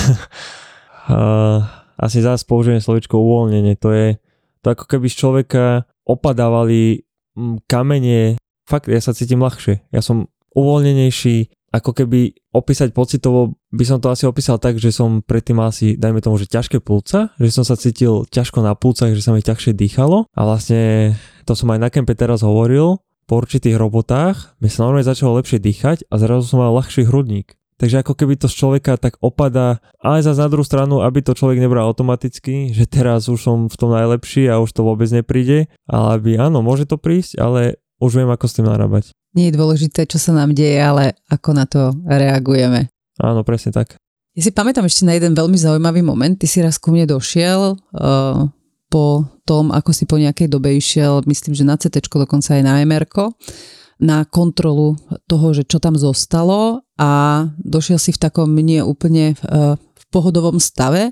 uh, asi zás použijem slovičko uvoľnenie. To je to ako keby z človeka opadávali kamene. Fakt, ja sa cítim ľahšie. Ja som uvoľnenejší, ako keby opísať pocitovo, by som to asi opísal tak, že som predtým asi, dajme tomu, že ťažké pľúca, že som sa cítil ťažko na pľúcach, že sa mi ťažšie dýchalo a vlastne to som aj na kempe teraz hovoril, po určitých robotách mi sa normálne začalo lepšie dýchať a zrazu som mal ľahší hrudník. Takže ako keby to z človeka tak opadá, ale zase na druhú stranu, aby to človek nebral automaticky, že teraz už som v tom najlepší a už to vôbec nepríde, ale aby áno, môže to prísť, ale už viem, ako s tým narábať. Nie je dôležité, čo sa nám deje, ale ako na to reagujeme. Áno, presne tak. Ja si pamätám ešte na jeden veľmi zaujímavý moment. Ty si raz ku mne došiel uh, po tom, ako si po nejakej dobe išiel, myslím, že na cé téčko, dokonca aj na em erko, na kontrolu toho, že čo tam zostalo a došiel si v takom nie úplne uh, v pohodovom stave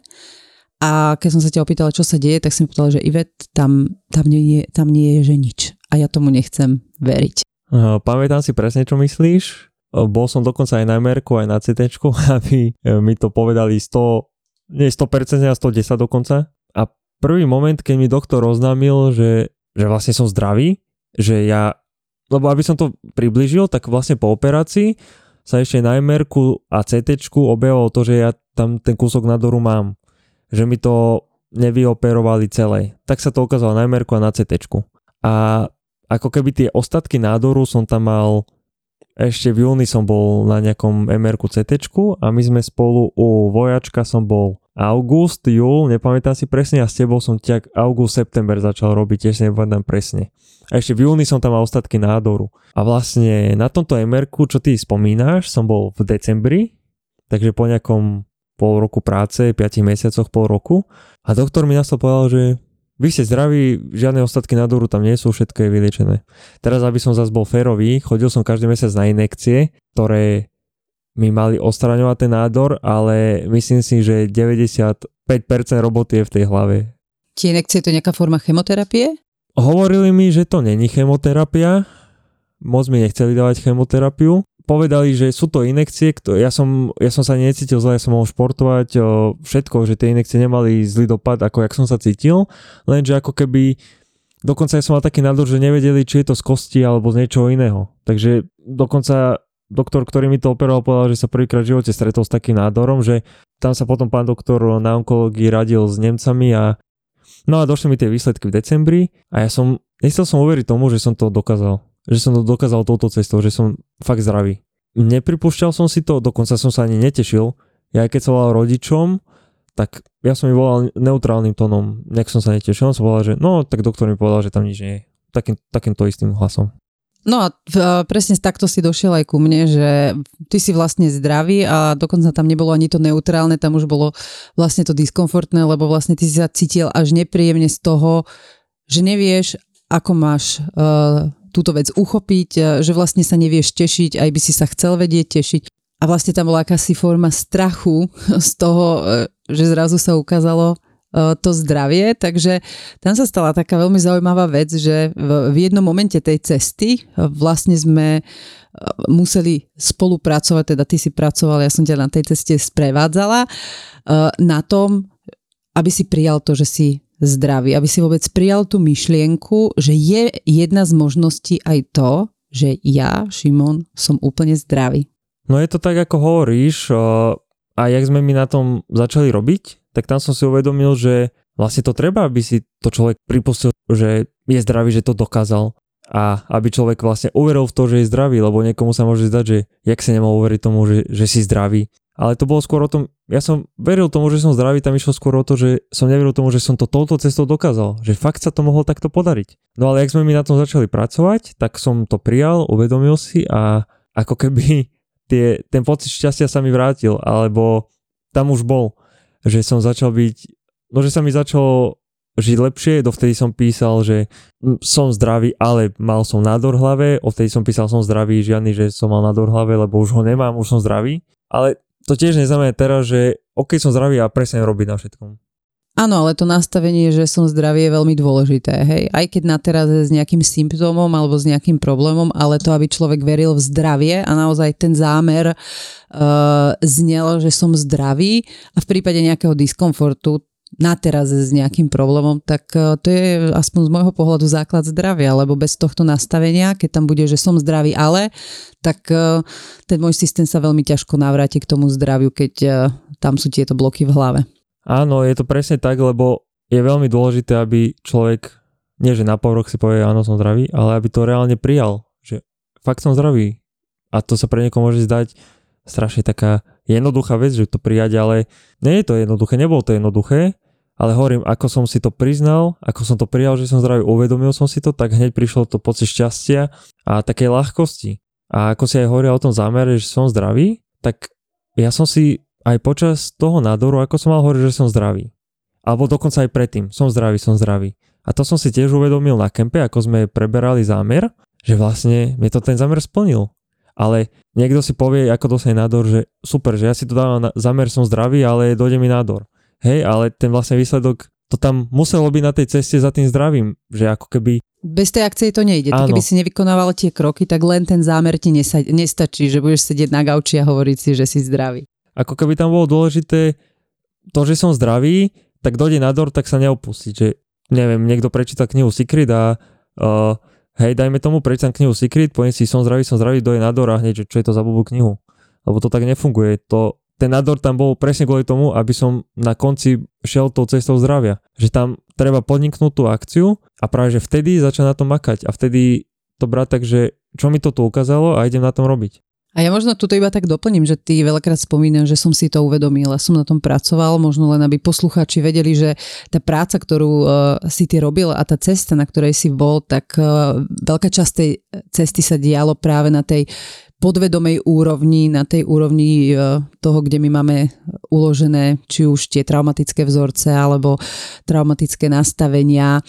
a keď som sa ťa opýtala, čo sa deje, tak si mi povedala, že Ivet, tam, tam, nie je, tam nie je, že nič. A ja tomu nechcem veriť. Pamätám si presne, čo myslíš. Bol som dokonca aj na em erku, aj na cé téčku, aby mi to povedali sto, nie sto percent, a sto desať dokonca. A prvý moment, keď mi doktor oznámil, že, že vlastne som zdravý, že ja, lebo aby som to priblížil, tak vlastne po operácii sa ešte na em erku a cé téčku objavilo to, že ja tam ten kúsok nádoru mám. Že mi to nevyoperovali celé. Tak sa to ukázalo na em erku a na cé téčku. A ako keby tie ostatky nádoru som tam mal, ešte v júni som bol na nejakom em erku cé téčku a my sme spolu u vojačka som bol august, júl, nepamätám si presne a s tebou som ťak august, september začal robiť, tiež si nepamätám presne. A ešte v júni som tam mal ostatky nádoru. A vlastne na tomto em erku, čo ty spomínaš, som bol v decembri, takže po nejakom pol roku práce, piatich mesiacoch, pol roku a doktor mi nás to povedal, že vy ste zdraví, žiadne ostatky nádoru tam nie sú, všetko je vyliečené. Teraz, aby som zase bol férový, chodil som každý mesiac na injekcie, ktoré mi mali odstraňovať ten nádor, ale myslím si, že deväťdesiatpäť percent roboty je v tej hlave. Tie injekcie, to je nejaká forma chemoterapie? Hovorili mi, že to není chemoterapia, moc mi nechceli dávať chemoterapiu. Povedali, že sú to injekcie, ktoré, ja, som, ja som sa necítil zle, ja som mohol športovať, o, všetko, že tie injekcie nemali zlý dopad, ako jak som sa cítil, lenže ako keby, dokonca ja som mal taký nádor, že nevedeli, či je to z kosti alebo z niečoho iného. Takže dokonca doktor, ktorý mi to operoval, povedal, že sa prvýkrát v živote stretol s takým nádorom, že tam sa potom pán doktor na onkológii radil s Nemcami a no a došli mi tie výsledky v decembri a ja som, nechcel som uveriť tomu, že som to dokázal. Že som to dokázal touto cestou, že som fakt zdravý. Nepripúšťal som si to, dokonca som sa ani netešil. Ja aj keď som volal rodičom, tak ja som mi volal neutrálnym tónom. Nejak som sa netešil, on som volal, že no, tak doktor mi povedal, že tam nič nie je. Takým, takýmto istým hlasom. No a presne takto si došiel aj ku mne, že ty si vlastne zdravý a dokonca tam nebolo ani to neutrálne, tam už bolo vlastne to diskomfortné, lebo vlastne ty si sa cítil až nepríjemne z toho, že nevieš, ako máš uh, túto vec uchopiť, že vlastne sa nevieš tešiť, aj by si sa chcel vedieť tešiť. A vlastne tam bola akási forma strachu z toho, že zrazu sa ukázalo to zdravie, takže tam sa stala taká veľmi zaujímavá vec, že v jednom momente tej cesty vlastne sme museli spolupracovať, teda ty si pracoval, ja som ťa na tej ceste sprevádzala, na tom, aby si prijal to, že si zdravý, aby si vôbec prijal tú myšlienku, že je jedna z možností aj to, že ja, Šimon, som úplne zdravý. No je to tak, ako hovoríš, a jak sme my na tom začali robiť, tak tam som si uvedomil, že vlastne to treba, aby si to človek pripustil, že je zdravý, že to dokázal. A aby človek vlastne uveril v to, že je zdravý, lebo niekomu sa môže zdať, že jak si nemal uveriť tomu, že, že si zdravý. Ale to bolo skôr o tom, ja som veril tomu, že som zdravý, tam išlo skôr o to, že som neveril tomu, že som to touto cestou dokázal. Že fakt sa to mohlo takto podariť. No ale jak sme my na tom začali pracovať, tak som to prijal, uvedomil si a ako keby tie, ten pocit šťastia sa mi vrátil, alebo tam už bol. Že som začal byť, no že sa mi začalo žiť lepšie, dovtedy som písal, že som zdravý, ale mal som nádor v hlave, odtedy som písal, som zdravý, žiadny, že som mal nádor v hlave, lebo už ho nemám, už som zdravý, ale to tiež neznamená teraz, že ok, som zdravý a presne robiť na všetkom. Áno, ale to nastavenie, že som zdravý, je veľmi dôležité, hej. Aj keď na teraz s nejakým symptómom alebo s nejakým problémom, ale to, aby človek veril v zdravie a naozaj ten zámer uh, znel, že som zdravý a v prípade nejakého diskomfortu na teraz s nejakým problémom, tak uh, to je aspoň z môjho pohľadu základ zdravia, lebo bez tohto nastavenia, keď tam bude, že som zdravý, ale tak uh, ten môj systém sa veľmi ťažko navráti k tomu zdraviu, keď uh, tam sú tieto bloky v hlave. Áno, je to presne tak, lebo je veľmi dôležité, aby človek, nie že na povrch si povie, áno, som zdravý, ale aby to reálne prijal, že fakt som zdravý. A to sa pre niekoho môže zdať strašne taká jednoduchá vec, že to prijať, ale nie je to jednoduché, nebolo to jednoduché, ale hovorím, ako som si to priznal, ako som to prijal, že som zdravý, uvedomil som si to, tak hneď prišlo to pocit šťastia a takej ľahkosti. A ako si aj hovoril o tom zámere, že som zdravý, tak ja som si aj počas toho nádoru, ako som mal hovoriť, že som zdravý. Alebo dokonca aj predtým, som zdravý, som zdravý. A to som si tiež uvedomil na kempe, ako sme preberali zámer, že vlastne mi to ten zámer splnil. Ale niekto si povie, ako dosť nádor, že super, že ja si to dávam na zámer, som zdravý, ale dojde mi nádor. Hej, ale ten vlastne výsledok, to tam muselo byť na tej ceste za tým zdravím, že ako keby... Bez tej akcie to nejde. Ty keby si nevykonával tie kroky, tak len ten zámer ti nesa- nestačí, že budeš sedieť na gauči a hovoriť si, že si zdravý. Ako keby tam bolo dôležité to, že som zdravý, tak dojde nádor, tak sa neopustiť, že neviem, niekto prečíta knihu Secret a uh, hej, dajme tomu, prečítam knihu Secret, poviem si, som zdravý, som zdravý, dojde nádor a hneď, že čo je to za blbú knihu. Lebo to tak nefunguje. To, ten nádor tam bol presne kvôli tomu, aby som na konci šiel tou cestou zdravia. Že tam treba podniknúť tú akciu a práve, že vtedy začať na tom makať a vtedy to brať tak, že čo mi to tu ukázalo a idem na tom robiť. A ja možno tuto iba tak doplním, že ty veľakrát spomínam, že som si to uvedomila, som na tom pracoval, možno len aby poslucháči vedeli, že tá práca, ktorú uh, si ty robil a tá cesta, na ktorej si bol, tak uh, veľká časť tej cesty sa dialo práve na tej podvedomej úrovni, na tej úrovni uh, toho, kde my máme uložené či už tie traumatické vzorce alebo traumatické nastavenia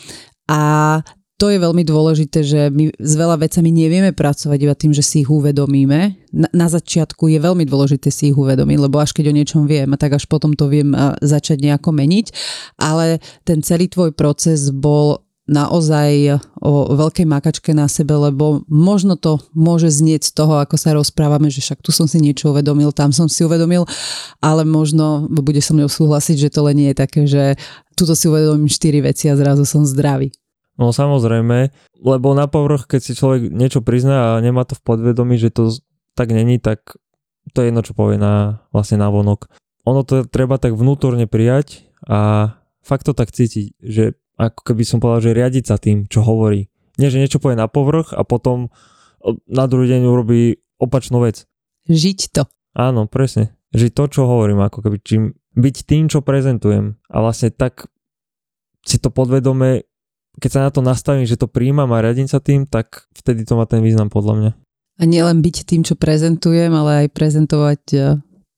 a to je veľmi dôležité, že my s veľa vecami nevieme pracovať iba tým, že si ich uvedomíme. Na, na začiatku je veľmi dôležité si ich uvedomiť, lebo až keď o niečom viem, tak až potom to viem začať nejako meniť. Ale ten celý tvoj proces bol naozaj o veľkej makačke na sebe, lebo možno to môže znieť z toho, ako sa rozprávame, že však tu som si niečo uvedomil, tam som si uvedomil, ale možno bude so mnou súhlasiť, že to len nie je také, že tuto si uvedomím štyri veci a zrazu som zdravý. No samozrejme, lebo na povrch, keď si človek niečo prizná a nemá to v podvedomí, že to tak není, tak to je jedno, čo povie na, vlastne na vonok. Ono to treba tak vnútorne prijať a fakt to tak cítiť, že ako keby som povedal, že riadiť sa tým, čo hovorí. Nie, že niečo povie na povrch a potom na druhý deň urobí opačnú vec. Žiť to. Áno, presne. Žiť to, čo hovorím, ako keby čím, byť tým, čo prezentujem. A vlastne tak si to podvedome, keď sa na to nastavím, že to príjmam a riadím sa tým, tak vtedy to má ten význam podľa mňa. A nielen byť tým, čo prezentujem, ale aj prezentovať to,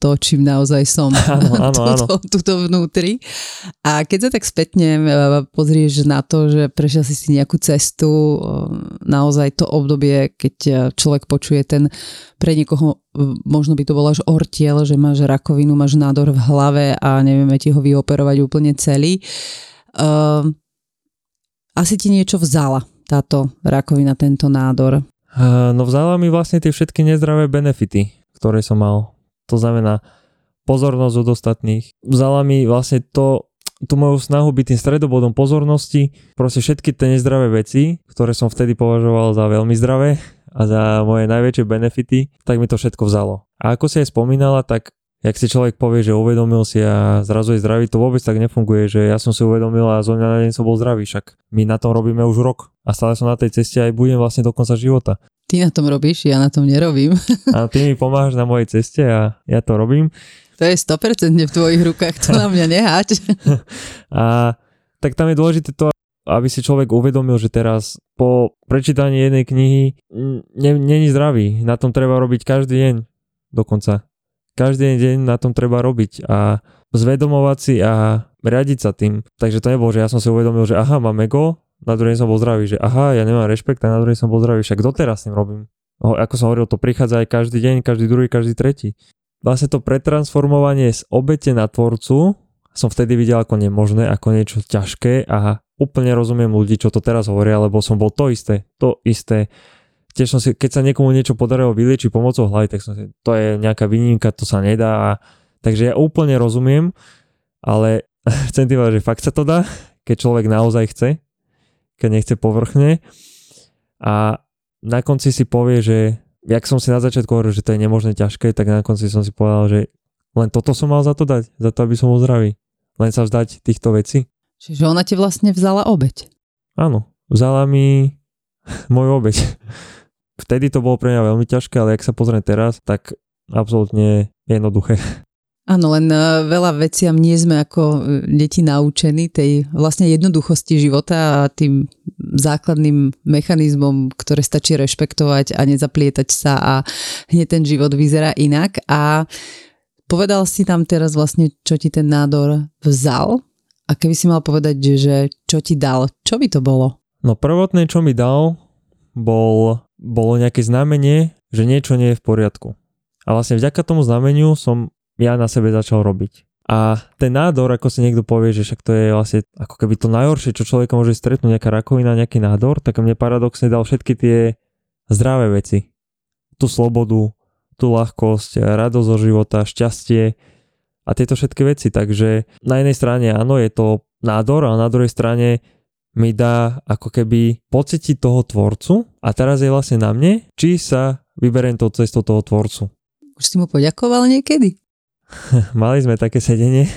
to, čím naozaj som. Áno, áno, áno. Tuto, tuto vnútri. A keď sa tak spätne pozrieš na to, že prešiel si si nejakú cestu, naozaj to obdobie, keď človek počuje ten, pre niekoho možno by to bolo až ortiel, že máš rakovinu, máš nádor v hlave a nevieme ti ho vyoperovať úplne celý. Uh, asi ti niečo vzala táto rakovina, tento nádor? No vzala mi vlastne tie všetky nezdravé benefity, ktoré som mal. To znamená pozornosť od ostatných. Vzala mi vlastne to, tú moju snahu byť tým stredobodom pozornosti, proste všetky tie nezdravé veci, ktoré som vtedy považoval za veľmi zdravé a za moje najväčšie benefity, tak mi to všetko vzalo. A ako si aj spomínala, tak jak si človek povie, že uvedomil si a zrazu je zdravý, to vôbec tak nefunguje, že ja som si uvedomil a zo dňa na deň som bol zdravý, však my na tom robíme už rok a stále som na tej ceste aj budem vlastne do konca života. Ty na tom robíš, ja na tom nerobím. A ty mi pomáhaš na mojej ceste a ja to robím. To je sto percent v tvojich rukách, to na mňa neháč. A tak tam je dôležité to, aby si človek uvedomil, že teraz po prečítaní jednej knihy není zdravý, na tom treba robiť každý deň dokonca. Každý deň na tom treba robiť a zvedomovať si a riadiť sa tým. Takže to nebolo, že ja som si uvedomil, že aha, mám ego, na druhý deň som bol zdravý, že aha, ja nemám rešpekt a na druhý deň som bol zdravý, však doteraz s tým robím. Ako som hovoril, to prichádza aj každý deň, každý druhý, každý tretí. Vlastne to pretransformovanie z obete na tvorcu som vtedy videl ako nemožné, ako niečo ťažké a úplne rozumiem ľudí, čo to teraz hovoria, lebo som bol to isté, to isté. Tiež som si, keď sa niekomu niečo podarilo vyliečiť pomocou hlavy, tak som si, to je nejaká výnimka, to sa nedá. A, takže ja úplne rozumiem, ale chcem tým povedať, že fakt sa to dá, keď človek naozaj chce, keď nechce povrchne. A na konci si povie, že jak som si na začiatku hovoril, že to je nemožné ťažké, tak na konci som si povedal, že len toto som mal za to dať, za to, aby som bol zdravý. Len sa vzdať týchto vecí. Čiže ona ti vlastne vzala obeť. Áno, vzala mi moju obeť. Vtedy to bolo pre mňa veľmi ťažké, ale ak sa pozriem teraz, tak absolútne jednoduché. Áno, len veľa veciam nie sme ako deti naučení tej vlastne jednoduchosti života a tým základným mechanizmom, ktoré stačí rešpektovať a nezaplietať sa a hneď ten život vyzerá inak. A povedal si tam teraz vlastne, čo ti ten nádor vzal a keby si mal povedať, že čo ti dal, čo by to bolo? No prvotné, čo mi dal, bol... bolo nejaké znamenie, že niečo nie je v poriadku. A vlastne vďaka tomu znameniu som ja na sebe začal robiť. A ten nádor, ako si niekto povie, že však to je vlastne ako keby to najhoršie, čo človeka môže stretnúť, nejaká rakovina, nejaký nádor, tak mne paradoxne dal všetky tie zdravé veci. Tú slobodu, tú ľahkosť, radosť zo života, šťastie a tieto všetky veci. Takže na jednej strane áno, je to nádor, a na druhej strane mi dá ako keby pocítiť toho tvorcu a teraz je vlastne na mne, či sa vyberiem tou cestou toho tvorcu. Už si mu poďakoval niekedy? Mali sme také sedenie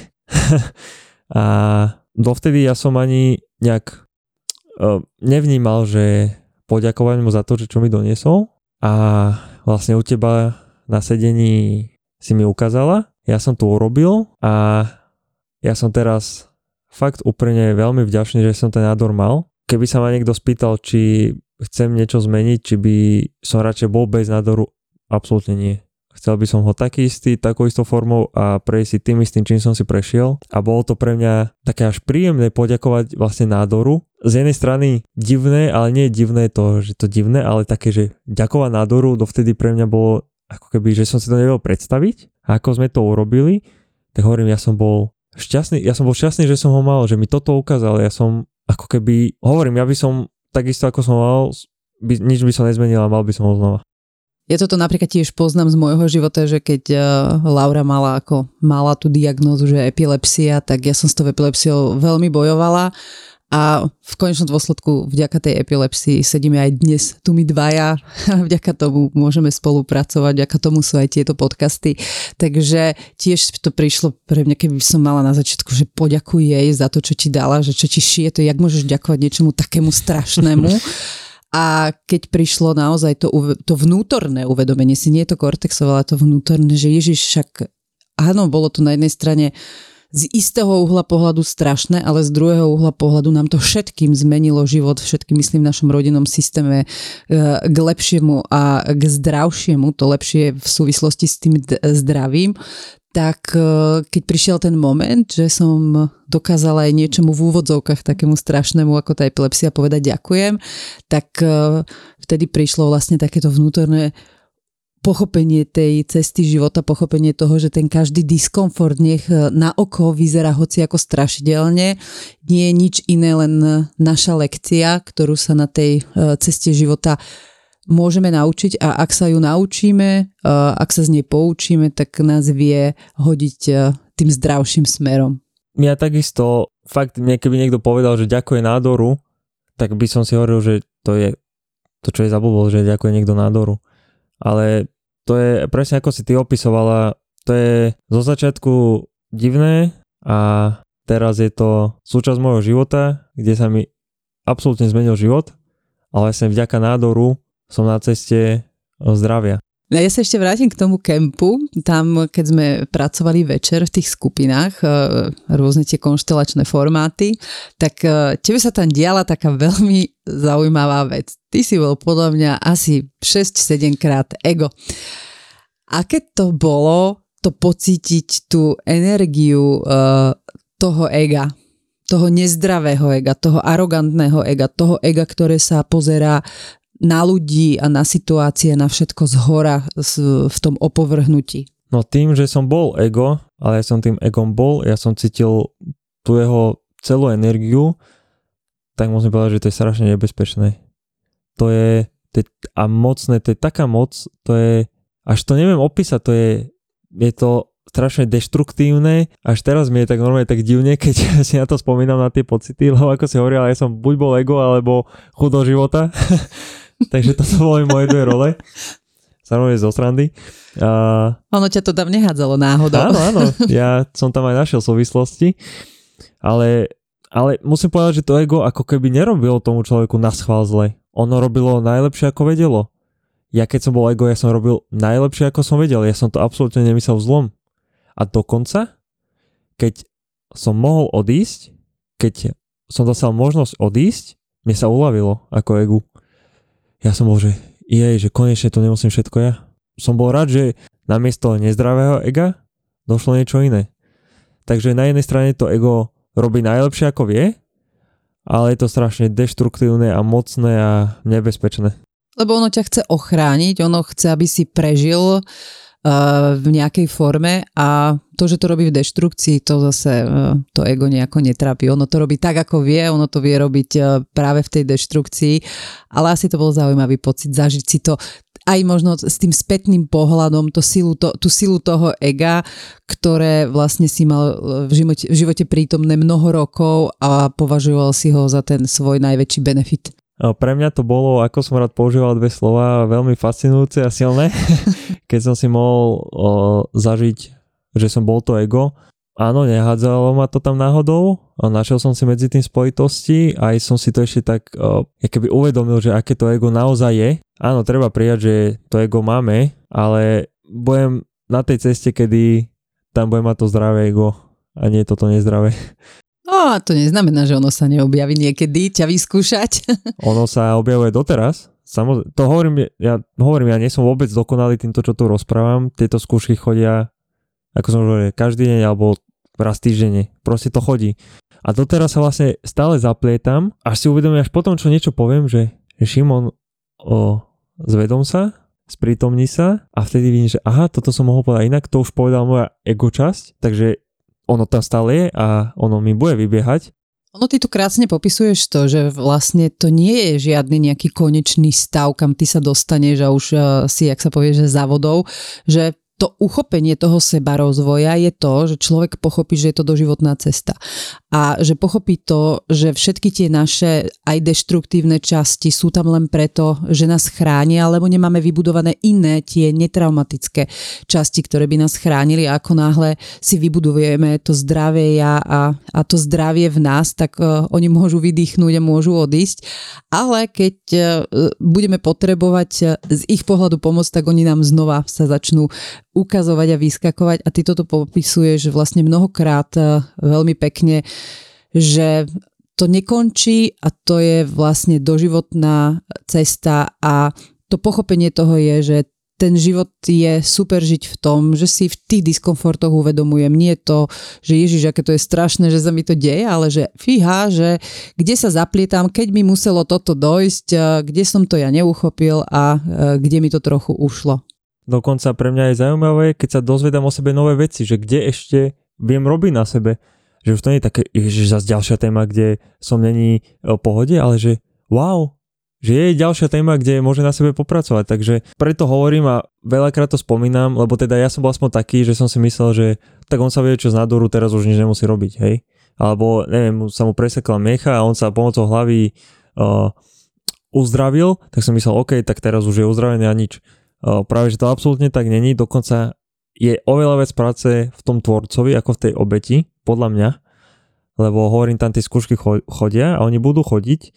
a dovtedy ja som ani nejak uh, nevnímal, že poďakovať mu za to, že čo mi doniesol a vlastne u teba na sedení si mi ukázala, ja som to urobil a ja som teraz fakt úplne veľmi vďačný, že som ten nádor mal. Keby sa ma niekto spýtal, či chcem niečo zmeniť, či by som radšej bol bez nádoru, absolútne nie. Chcel by som ho taký istý, takou istou formou a prejsť si tým istým, čím som si prešiel. A bolo to pre mňa také až príjemné poďakovať vlastne nádoru. Z jednej strany divné, ale nie je divné to, že to divné, ale také, že ďakovať nádoru dovtedy pre mňa bolo ako keby, že som si to nevedel predstaviť. A ako sme to urobili, tak hovorím, ja som bol šťastný, ja som bol šťastný, že som ho mal, že mi toto ukázal. Ja som ako keby, hovorím, ja by som takisto ako som mal, by, nič by som nezmenil a mal by som ho znova. Ja toto napríklad tiež poznám z môjho života, že keď uh, Laura mala ako mala tú diagnózu, že epilepsia, tak ja som s tou epilepsiou veľmi bojovala a v konečnom dôsledku vďaka tej epilepsii sedíme aj dnes tu my dvaja a vďaka tomu môžeme spolupracovať, vďaka tomu sú aj tieto podcasty. Takže tiež to prišlo pre mňa, keby som mala na začiatku, že poďakuj jej za to, čo ti dala, že čo ti šije, to jak môžeš ďakovať niečomu takému strašnému. A keď prišlo naozaj to, to vnútorné uvedomenie si, nie je to kortexové, ale to vnútorné, že Ježiš však, áno, bolo to na jednej strane z istého uhla pohľadu strašné, ale z druhého uhla pohľadu nám to všetkým zmenilo život, všetkým, myslím, v našom rodinnom systéme k lepšiemu a k zdravšiemu, to lepšie v súvislosti s tým zdravím. tak keď prišiel ten moment, že som dokázala aj niečomu v úvodzovkách takému strašnému ako tá epilepsia povedať ďakujem, tak vtedy prišlo vlastne takéto vnútorné pochopenie tej cesty života, pochopenie toho, že ten každý diskomfort nech na oko vyzerá hoci ako strašidelne, nie je nič iné, len naša lekcia, ktorú sa na tej ceste života môžeme naučiť a ak sa ju naučíme, ak sa z nej poučíme, tak nás vie hodiť tým zdravším smerom. Ja takisto, fakt, keby niekto povedal, že ďakuje nádoru, tak by som si hovoril, že to je to, čo je zabudol, že ďakuje niekto nádoru. Ale to je presne ako si ty opisovala, to je zo začiatku divné a teraz je to súčasť môjho života, kde sa mi absolútne zmenil život, ale vlastne vďaka nádoru som na ceste zdravia. Ja sa ešte vrátim k tomu kempu. Tam, keď sme pracovali večer v tých skupinách, rôzne tie konštelačné formáty, tak tebe sa tam diala taká veľmi zaujímavá vec. Ty si bol podľa mňa asi šesť sedem krát ego. Aké to bolo to pocítiť tú energiu toho ega, toho nezdravého ega, toho arogantného ega, toho ega, ktoré sa pozerá na ľudí a na situácie, na všetko zhora v tom opovrhnutí? No tým, že som bol ego, ale ja som tým egom bol, ja som cítil tú jeho celú energiu, tak musím povedať, že to je strašne nebezpečné. To je, to je a mocné, to je taká moc, to je, až to neviem opísať, to je, je to strašne deštruktívne, až teraz mi je tak normálne tak divne, keď si na to spomínam, na tie pocity, lebo ako si hovorila, ja som buď bol ego, alebo chudo života. Takže toto boli moje dve role. Samozrejme zo srandy. Uh, ono ťa to tam nehádzalo náhodou. Áno, áno. Ja som tam aj našiel súvislosti. Ale, ale musím povedať, že to ego ako keby nerobilo tomu človeku naschvál zle. Ono robilo najlepšie, ako vedelo. Ja keď som bol ego, ja som robil najlepšie, ako som vedel. Ja som to absolútne nemyslel zlom. A dokonca, keď som mohol odísť, keď som dostal možnosť odísť, mne sa uľavilo ako egu. Ja som bol, že jej, že konečne to nemusím všetko ja. Som bol rád, že namiesto nezdravého ega došlo niečo iné. Takže na jednej strane to ego robí najlepšie ako vie, ale je to strašne deštruktívne a mocné a nebezpečné. Lebo ono ťa chce ochrániť, ono chce, aby si prežil v nejakej forme a to, že to robí v deštrukcii, to zase to ego nejako netrápi. Ono to robí tak, ako vie, ono to vie robiť práve v tej deštrukcii, ale asi to bol zaujímavý pocit zažiť si to aj možno s tým spätným pohľadom, to silu, to, tú silu toho ega, ktoré vlastne si mal v živote, v živote prítomné mnoho rokov a považoval si ho za ten svoj najväčší benefit. Pre mňa to bolo, ako som rád používal dve slova, veľmi fascinujúce a silné, keď som si mohol o, zažiť, že som bol to ego. Áno, nehádzalo ma to tam náhodou a našiel som si medzi tým spojitosti a aj som si to ešte tak o, keby uvedomil, že aké to ego naozaj je. Áno, treba prijať, že to ego máme, ale budem na tej ceste, kedy tam budem mať to zdravé ego a nie toto nezdravé. No a to neznamená, že ono sa neobjaví niekedy ťa vyskúšať. Ono sa objavuje doteraz. Samozrejme, to hovorím, ja hovorím, ja nie som vôbec dokonalý týmto, čo tu rozprávam. Tieto skúšky chodia, ako som hovoril, každý deň alebo raz týždenne. Proste to chodí. A doteraz sa vlastne stále zaplietam, až si uvedomím až potom, čo niečo poviem, že, že Šimon, o, zvedom sa, sprítomni sa a vtedy vidím, že aha, toto som mohol povedať inak, to už povedal moja ego časť, takže ono tam stále je a ono mi bude vybiehať. Ono ty tu krásne popisuješ to, že vlastne to nie je žiadny nejaký konečný stav, kam ty sa dostaneš a už uh, si, jak sa povie, že závodov, že to uchopenie toho sebarozvoja je to, že človek pochopí, že je to doživotná cesta. A že pochopí to, že všetky tie naše aj deštruktívne časti sú tam len preto, že nás chránia, alebo nemáme vybudované iné tie netraumatické časti, ktoré by nás chránili. A ako náhle si vybudujeme to zdravé ja a, a to zdravie v nás, tak uh, oni môžu vydýchnúť a môžu odísť. Ale keď uh, budeme potrebovať uh, z ich pohľadu pomoc, tak oni nám znova sa začnú ukazovať a vyskakovať a ty toto popisuješ vlastne mnohokrát veľmi pekne, že to nekončí a to je vlastne doživotná cesta a to pochopenie toho je, že ten život je super žiť v tom, že si v tých diskomfortoch uvedomujem. Nie to, že Ježiš, aké to je strašné, že sa mi to deje, ale že fíha, že kde sa zaplietam, keď mi muselo toto dojsť, kde som to ja neuchopil a kde mi to trochu ušlo. Dokonca pre mňa je zaujímavé, keď sa dozvedám o sebe nové veci, že kde ešte viem robiť na sebe. Že už to nie je také, že zase ďalšia téma, kde som není o pohode, ale že wow, že je ďalšia téma, kde môže na sebe popracovať, takže preto hovorím a veľakrát to spomínam, lebo teda ja som bol aspoň taký, že som si myslel, že tak on sa vie čo z nádoru, teraz už nič nemusí robiť, hej, alebo neviem, sa mu presekla miecha a on sa pomocou hlavy uh, uzdravil, tak som myslel, OK, tak teraz už je uzdravený a nič. Uh, práve, že to absolútne tak není, dokonca je oveľa viac práce v tom tvorcovi, ako v tej obeti, podľa mňa, lebo hovorím, tam tie skúšky chodia a oni budú chodiť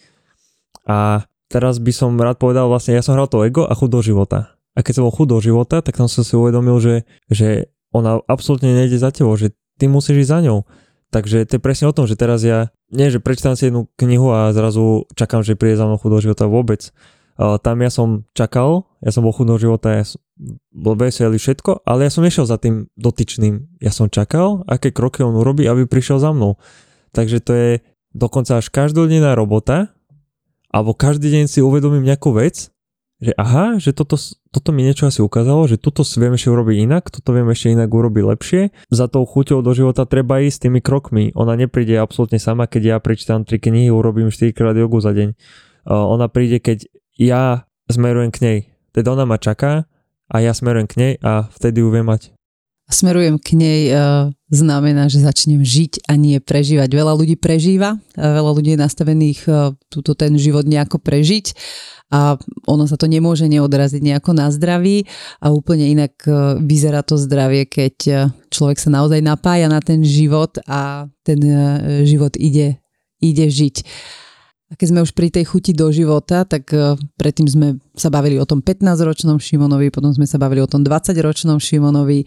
a teraz by som rád povedal, vlastne ja som hral to ego a chuť do života. A keď som bol chuť do života, tak tam som si uvedomil, že, že ona absolútne nejde za tebou, že ty musíš ísť za ňou. Takže to je presne o tom, že teraz ja, nie že prečítam si jednu knihu a zrazu čakám, že príde za mnou chuť do života vôbec. Uh, tam ja som čakal, ja som bol chuť do života, ja som bol veselý všetko, ale ja som nešiel za tým dotyčným. Ja som čakal, aké kroky on urobí, aby prišiel za mnou. Takže to je dokonca až každodenná robota, alebo každý deň si uvedomím nejakú vec, že aha, že toto, toto mi niečo asi ukázalo, že toto si viem ešte urobiť inak, toto viem ešte inak urobiť lepšie. Za tou chuťou do života treba ísť tými krokmi. Ona nepríde absolútne sama, keď ja prečítam tri knihy, urobím štyrikrát jogu za deň. Ona príde, keď ja smerujem k nej. Teda ona ma čaká a ja smerujem k nej a vtedy ju viem mať. Smerujem k nej uh, znamená, že začnem žiť a nie prežívať. Veľa ľudí prežíva, veľa ľudí je nastavených uh, túto ten život nejako prežiť a ono sa to nemôže neodraziť nejako na zdraví a úplne inak uh, vyzerá to zdravie, keď uh, človek sa naozaj napája na ten život a ten uh, život ide, ide žiť. A keď sme už pri tej chuti do života, tak uh, predtým sme sa bavili o tom pätnásťročnom Šimonovi, potom sme sa bavili o tom dvadsaťročnom Šimonovi.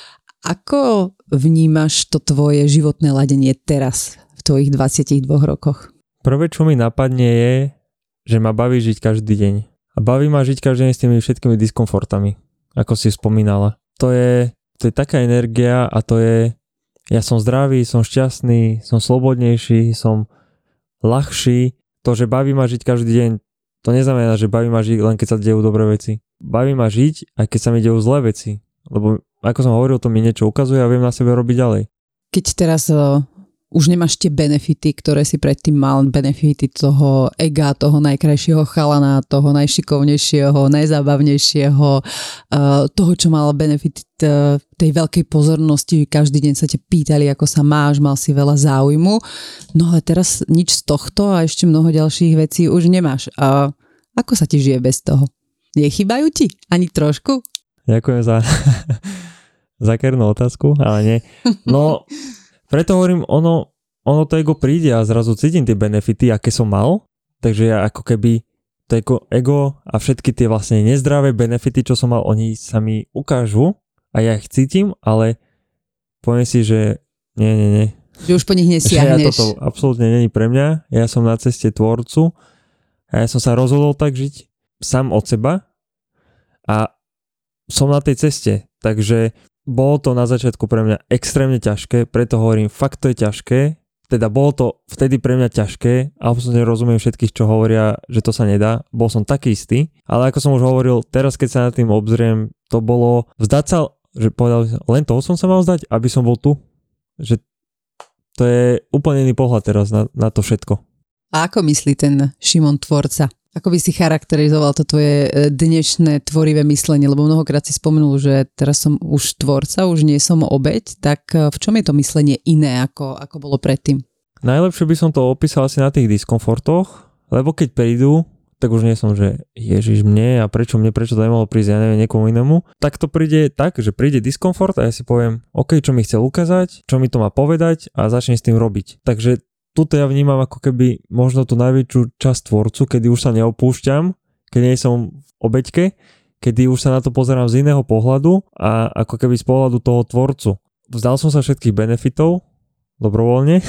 Ako vnímaš to tvoje životné ladenie teraz v tvojich dvadsiatich dvoch rokoch? Prvé, čo mi napadne je, že ma baví žiť každý deň. A baví ma žiť každý deň s tými všetkými diskomfortami, ako si spomínala. To je, to je taká energia a to je, ja som zdravý, som šťastný, som slobodnejší, som ľahší. To, že baví ma žiť každý deň, to neznamená, že baví ma žiť len keď sa dejú dobré veci. Baví ma žiť, aj keď sa mi dejú zlé veci. Lebo ako som hovoril, to mi niečo ukazuje a viem na sebe robiť ďalej. Keď teraz uh, už nemáš tie benefity, ktoré si predtým mal, benefity toho ega, toho najkrajšieho chalana, toho najšikovnejšieho, najzábavnejšieho, uh, toho, čo mal benefity uh, tej veľkej pozornosti, každý deň sa ťa pýtali, ako sa máš, mal si veľa záujmu, no ale teraz nič z tohto a ešte mnoho ďalších vecí už nemáš. A ako sa ti žije bez toho? Nechýbajú ti? Ani trošku? Ďakujem za zakernú otázku, ale nie. No, preto hovorím, ono, ono to ego príde a zrazu cítim tie benefity, aké som mal, takže ja ako keby to ego a všetky tie vlastne nezdravé benefity, čo som mal, oni sa mi ukážu a ja ich cítim, ale poviem si, že nie, nie, nie. Že už po nich nesiahneš. Ja toto absolútne není pre mňa, ja som na ceste tvorcu a ja som sa rozhodol tak žiť sám od seba a som na tej ceste, takže bolo to na začiatku pre mňa extrémne ťažké, preto hovorím, fakt to je ťažké, teda bolo to vtedy pre mňa ťažké, absolútne rozumiem všetkých, čo hovoria, že to sa nedá, bol som taký istý, ale ako som už hovoril, teraz keď sa nad tým obzriem, to bolo vzdať sa, že povedal, len toho som sa mal vzdať, aby som bol tu, že to je úplne iný pohľad teraz na, na to všetko. A ako myslí ten Šimon tvorca? Ako by si charakterizoval to tvoje dnešné tvorivé myslenie? Lebo mnohokrát si spomenul, že teraz som už tvorca, už nie som obeť, tak v čom je to myslenie iné, ako, ako bolo predtým? Najlepšie by som to opísal asi na tých diskomfortoch, lebo keď prídu, tak už nie som, že Ježiš mne a prečo mne, prečo to nemohlo prísť, ja neviem, niekomu inému. Tak to príde tak, že príde diskomfort a ja si poviem, OK, čo mi chcel ukázať, čo mi to má povedať a začnem s tým robiť. Takže tuto ja vnímam ako keby možno tú najväčšiu časť tvorcu, kedy už sa neopúšťam, keď nie som v obeťke, kedy už sa na to pozerám z iného pohľadu a ako keby z pohľadu toho tvorcu. Vzdal som sa všetkých benefitov dobrovoľne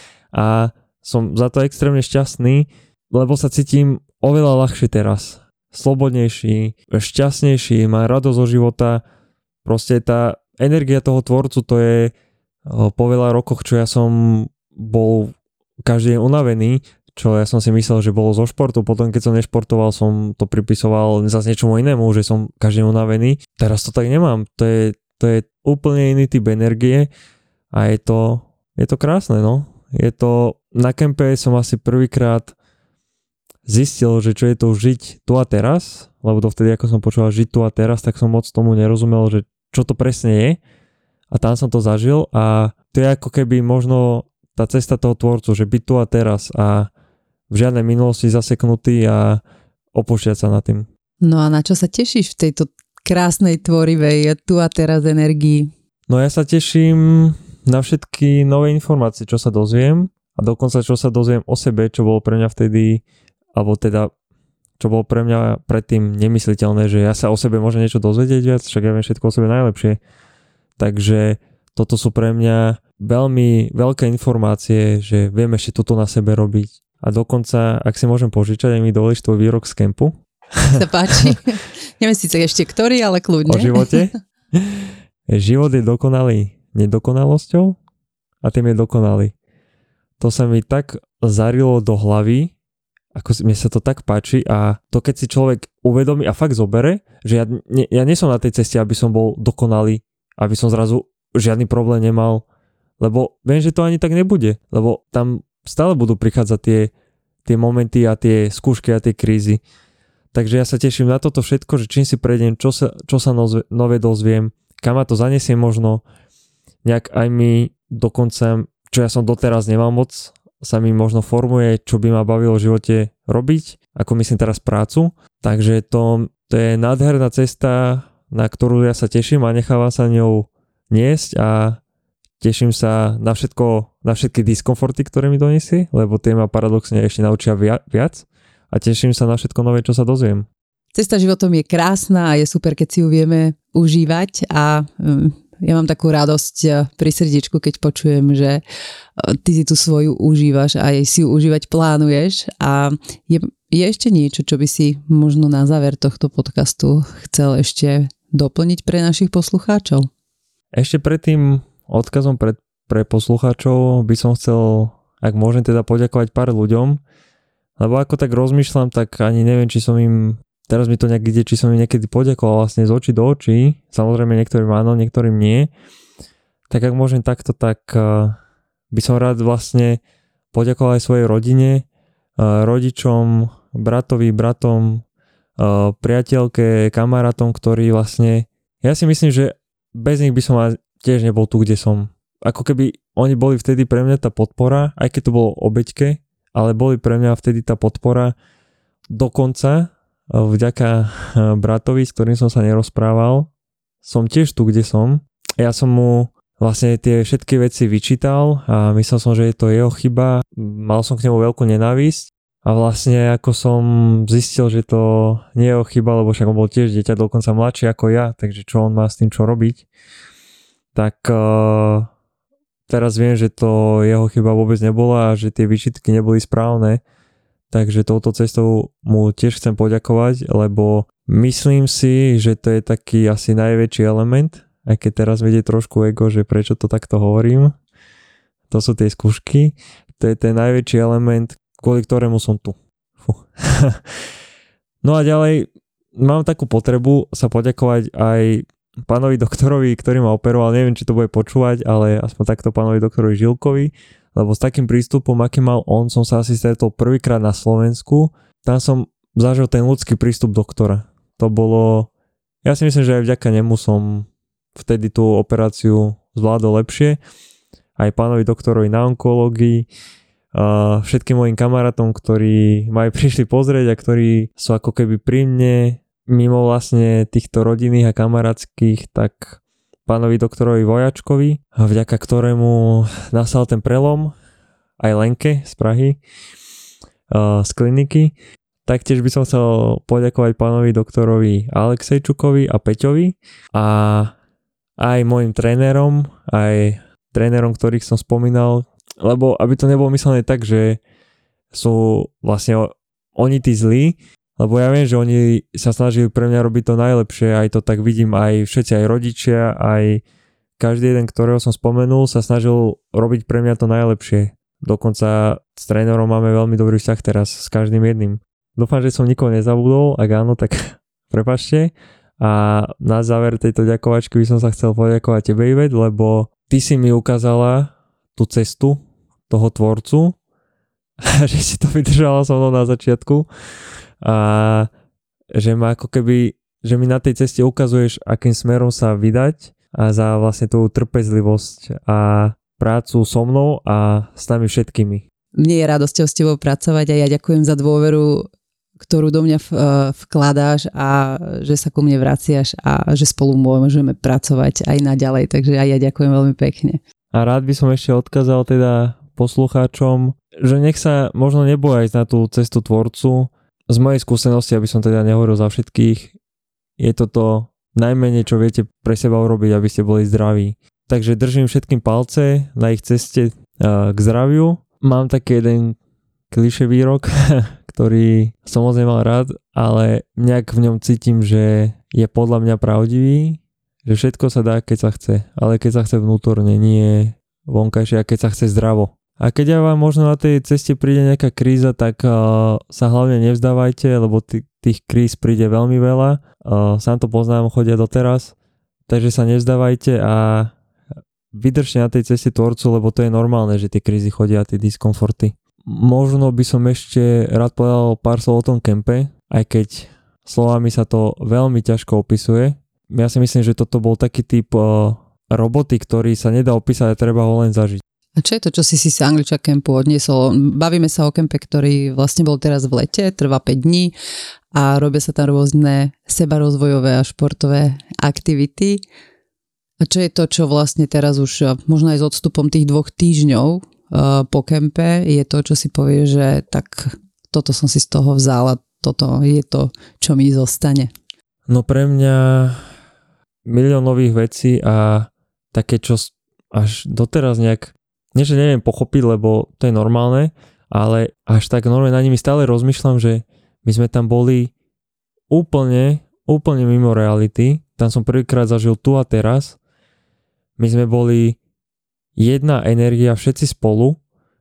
a som za to extrémne šťastný, lebo sa cítim oveľa ľahšie teraz slobodnejší, šťastnejší, má radosť zo života. Proste tá energia toho tvorcu, to je po veľa rokoch, čo ja som bol každý deň unavený, čo ja som si myslel, že bolo zo športu, potom keď som nešportoval, som to pripisoval zase niečomu inému, že som každý deň unavený. Teraz to tak nemám, to je, to je úplne iný typ energie a je to, je to krásne, no. Je to, na kempe som asi prvýkrát zistil, že čo je to žiť tu a teraz, lebo dovtedy, ako som počúval žiť tu a teraz, tak som moc tomu nerozumel, že čo to presne je. A tam som to zažil a to je ako keby možno tá cesta toho tvorcu, že byť tu a teraz a v žiadnej minulosti zaseknutý a opúšťať sa na tým. No a na čo sa tešíš v tejto krásnej tvorivej tu a teraz energii? No ja sa teším na všetky nové informácie, čo sa dozviem a dokonca čo sa dozviem o sebe, čo bolo pre mňa vtedy, alebo teda čo bolo pre mňa predtým nemysliteľné, že ja sa o sebe môžem niečo dozvedieť viac, však ja viem všetko o sebe najlepšie. Takže toto sú pre mňa veľmi veľké informácie, že viem ešte toto na sebe robiť. A dokonca, ak si môžem požičať, aj mi dovolíš tvoj výrok z kempu. Sa páči. Neviem síce ešte ktorý, ale kľudne. O živote. Život je dokonalý nedokonalosťou a tým je dokonalý. To sa mi tak zarilo do hlavy, ako mi sa to tak páči a to keď si človek uvedomí a fakt zobere, že ja, ne, ja nie som na tej ceste, aby som bol dokonalý, aby som zrazu žiadny problém nemal, lebo viem, že to ani tak nebude, lebo tam stále budú prichádzať tie, tie momenty a tie skúšky a tie krízy. Takže ja sa teším na toto všetko, že čím si prejdem, čo sa, čo sa nozve, nové dozviem, kam ma to zaniesie možno, nejak aj mi dokonca, čo ja som doteraz nemal moc, sa mi možno formuje, čo by ma bavilo v živote robiť, ako myslím teraz prácu. Takže to, to je nádherná cesta, na ktorú ja sa teším a nechávam sa ňou niesť a teším sa na všetko, na všetky diskomforty, ktoré mi donesie, lebo tie ma paradoxne ešte naučia viac a teším sa na všetko nové, čo sa dozviem. Cesta životom je krásna a je super, keď si ju vieme užívať a um, ja mám takú radosť pri srdiečku, keď počujem, že ty si tu svoju užívaš a aj si ju užívať plánuješ a je, je ešte niečo, čo by si možno na záver tohto podcastu chcel ešte doplniť pre našich poslucháčov? Ešte pred tým odkazom pre, pre poslucháčov by som chcel, ak môžem teda poďakovať pár ľuďom, lebo ako tak rozmýšľam, tak ani neviem, či som im teraz mi to nejak ide, či som im niekedy poďakoval vlastne z očí do očí. Samozrejme niektorým áno, niektorým nie. Tak ak môžem takto, tak uh, by som rád vlastne poďakoval aj svojej rodine, uh, rodičom, bratovi, bratom, uh, priateľke, kamarátom, ktorí vlastne, ja si myslím, že bez nich by som tiež nebol tu, kde som. Ako keby oni boli vtedy pre mňa tá podpora, aj keď to bolo obeťke, ale boli pre mňa vtedy tá podpora dokonca. Vďaka bratovi, s ktorým som sa nerozprával, som tiež tu, kde som. Ja som mu vlastne tie všetky veci vyčítal a myslel som, že je to jeho chyba. Mal som k nemu veľkú nenávisť a vlastne ako som zistil, že to nie je jeho chyba, lebo však on bol tiež dieťa, dokonca mladší ako ja, takže čo on má s tým čo robiť, tak uh, teraz viem, že to jeho chyba vôbec nebola a že tie výčitky neboli správne. Takže touto cestou mu tiež chcem poďakovať, lebo myslím si, že to je taký asi najväčší element, aj keď teraz vedie trošku ego, že prečo to takto hovorím. To sú tie skúšky. To je ten najväčší element, kvôli ktorému som tu. No a ďalej mám takú potrebu sa poďakovať aj pánovi doktorovi, ktorý ma operoval. Neviem, či to bude počúvať, ale aspoň takto pánovi doktorovi Žilkovi. Lebo s takým prístupom, aký mal on, som sa asi stretol prvýkrát na Slovensku. Tam som zažil ten ľudský prístup doktora. To bolo, ja si myslím, že aj vďaka nemu som vtedy tú operáciu zvládol lepšie. Aj pánovi doktorovi na onkológii, všetkým mojim kamarátom, ktorí ma aj prišli pozrieť a ktorí sú ako keby pri mne, mimo vlastne týchto rodinných a kamarátskych, tak pánovi doktorovi Vojačkovi, vďaka ktorému nastal ten prelom, aj Lenke z Prahy, z kliniky. Taktiež by som chcel poďakovať pánovi doktorovi Alexejčukovi a Peťovi a aj mojim trénerom, aj trénerom, ktorých som spomínal, lebo aby to nebolo myslené tak, že sú vlastne oni tí zlí, lebo ja viem, že oni sa snažili pre mňa robiť to najlepšie, aj to tak vidím, aj všetci, aj rodičia, aj každý jeden, ktorého som spomenul, sa snažil robiť pre mňa to najlepšie. Dokonca s trénerom máme veľmi dobrý vzťah teraz s každým jedným. Dúfam, že som nikoho nezabudol, ak áno, tak prepáčte. A na záver tejto ďakovačky by som sa chcel poďakovať tebe, Ivet, lebo ty si mi ukázala tú cestu toho tvorcu, že si to vydržala so mnou na začiatku a že ma ako keby, že mi na tej ceste ukazuješ, akým smerom sa vydať a za vlastne tú trpezlivosť a prácu so mnou a s nami všetkými. Mne je radosťou s tebou pracovať a ja ďakujem za dôveru, ktorú do mňa vkladáš a že sa ku mne vraciaš a že spolu môžeme pracovať aj naďalej, takže aj ja ďakujem veľmi pekne. A rád by som ešte odkázal teda poslucháčom, že nech sa možno neboja ísť na tú cestu tvorcu. Z mojej skúsenosti, aby som teda nehovoril za všetkých, je toto najmenej, čo viete pre seba urobiť, aby ste boli zdraví. Takže držím všetkým palce na ich ceste k zdraviu. Mám taký jeden klišé výrok, ktorý som moc nemal rád, ale nejak v ňom cítim, že je podľa mňa pravdivý, že všetko sa dá, keď sa chce, ale keď sa chce vnútorne, nie vonkajšie, a keď sa chce zdravo. A keď vám možno na tej ceste príde nejaká kríza, tak uh, sa hlavne nevzdávajte, lebo t- tých kríz príde veľmi veľa. Uh, sám to poznám, chodia doteraz. Takže sa nevzdávajte a vydržte na tej ceste tvorcu, lebo to je normálne, že tie krízy chodia a tie diskomforty. Možno by som ešte rád povedal pár slov o tom kempe, aj keď slovami sa to veľmi ťažko opisuje. Ja si myslím, že toto bol taký typ uh, roboty, ktorý sa nedá opísať a treba ho len zažiť. A čo je to, čo si si sa Angličák kempu odniesol? Bavíme sa o kempe, ktorý vlastne bol teraz v lete, trvá päť dní a robia sa tam rôzne sebarozvojové a športové aktivity. A čo je to, čo vlastne teraz už možno aj s odstupom tých dvoch týždňov uh, po kempe je to, čo si povie, že tak toto som si z toho vzala, toto je to, čo mi zostane. No pre mňa milión nových vecí a také, čo až doteraz nejak nie, že neviem pochopiť, lebo to je normálne, ale až tak normálne na nimi stále rozmýšľam, že my sme tam boli úplne, úplne mimo reality. Tam som prvýkrát zažil tu a teraz. My sme boli jedna energia, všetci spolu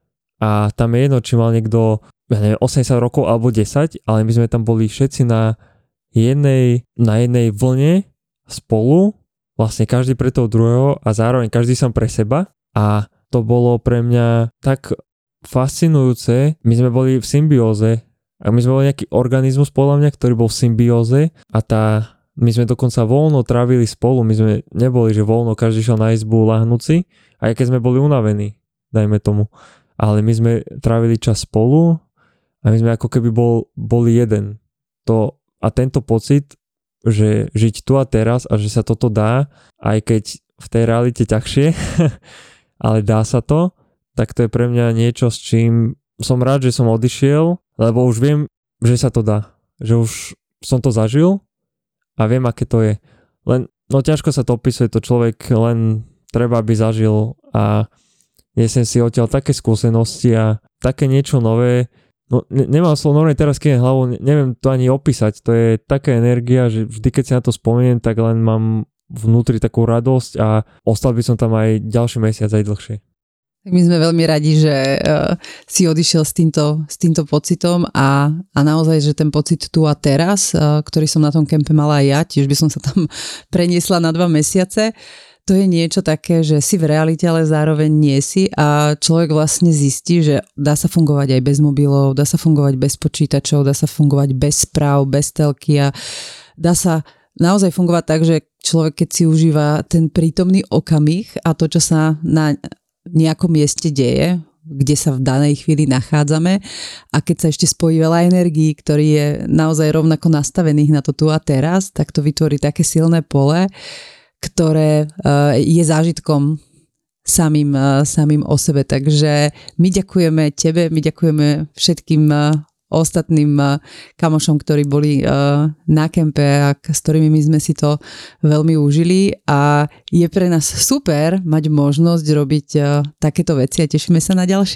a tam je jedno, či mal niekto ja neviem, osemdesiat rokov alebo desať, ale my sme tam boli všetci na jednej, na jednej vlne spolu, vlastne každý pre toho druhého a zároveň každý sám pre seba a to bolo pre mňa tak fascinujúce. My sme boli v symbióze a my sme boli nejaký organizmus podľa mňa, ktorý bol v symbióze a tá, my sme dokonca voľno trávili spolu, my sme neboli, že voľno každý šiel na izbu lahnúci, aj keď sme boli unavení, dajme tomu. Ale my sme trávili čas spolu a my sme ako keby bol, boli jeden. To, a tento pocit, že žiť tu a teraz a že sa toto dá, aj keď v tej realite ťažšie, ale dá sa to, tak to je pre mňa niečo, s čím som rád, že som odišiel, lebo už viem, že sa to dá. Že už som to zažil a viem, aké to je. Len, no ťažko sa to opisuje, to človek len treba, aby zažil a nesem si odtiaľ také skúsenosti a také niečo nové. No ne, nemám slovo, normálne teraz keď hlavou, ne, neviem to ani opísať, to je taká energia, že vždy keď si na to spomeniem, tak len mám vnútri takú radosť a ostal by som tam aj ďalší mesiac, aj dlhšie. Tak my sme veľmi radi, že uh, si odišiel s týmto, s týmto pocitom a, a naozaj, že ten pocit tu a teraz, uh, ktorý som na tom kempe mala aj ja, tiež by som sa tam preniesla na dva mesiace, to je niečo také, že si v realite, ale zároveň nie si a človek vlastne zistí, že dá sa fungovať aj bez mobilov, dá sa fungovať bez počítačov, dá sa fungovať bez správ, bez telky a dá sa naozaj fungovať tak, že človek, keď si užíva ten prítomný okamih a to, čo sa na nejakom mieste deje, kde sa v danej chvíli nachádzame a keď sa ešte spojí veľa energií, ktorý je naozaj rovnako nastavených na to tu a teraz, tak to vytvorí také silné pole, ktoré je zážitkom samým, samým o sebe. Takže my ďakujeme tebe, my ďakujeme všetkým ostatným kamošom, ktorí boli na kempe a s ktorými my sme si to veľmi užili a je pre nás super mať možnosť robiť takéto veci a tešíme sa na ďalšie.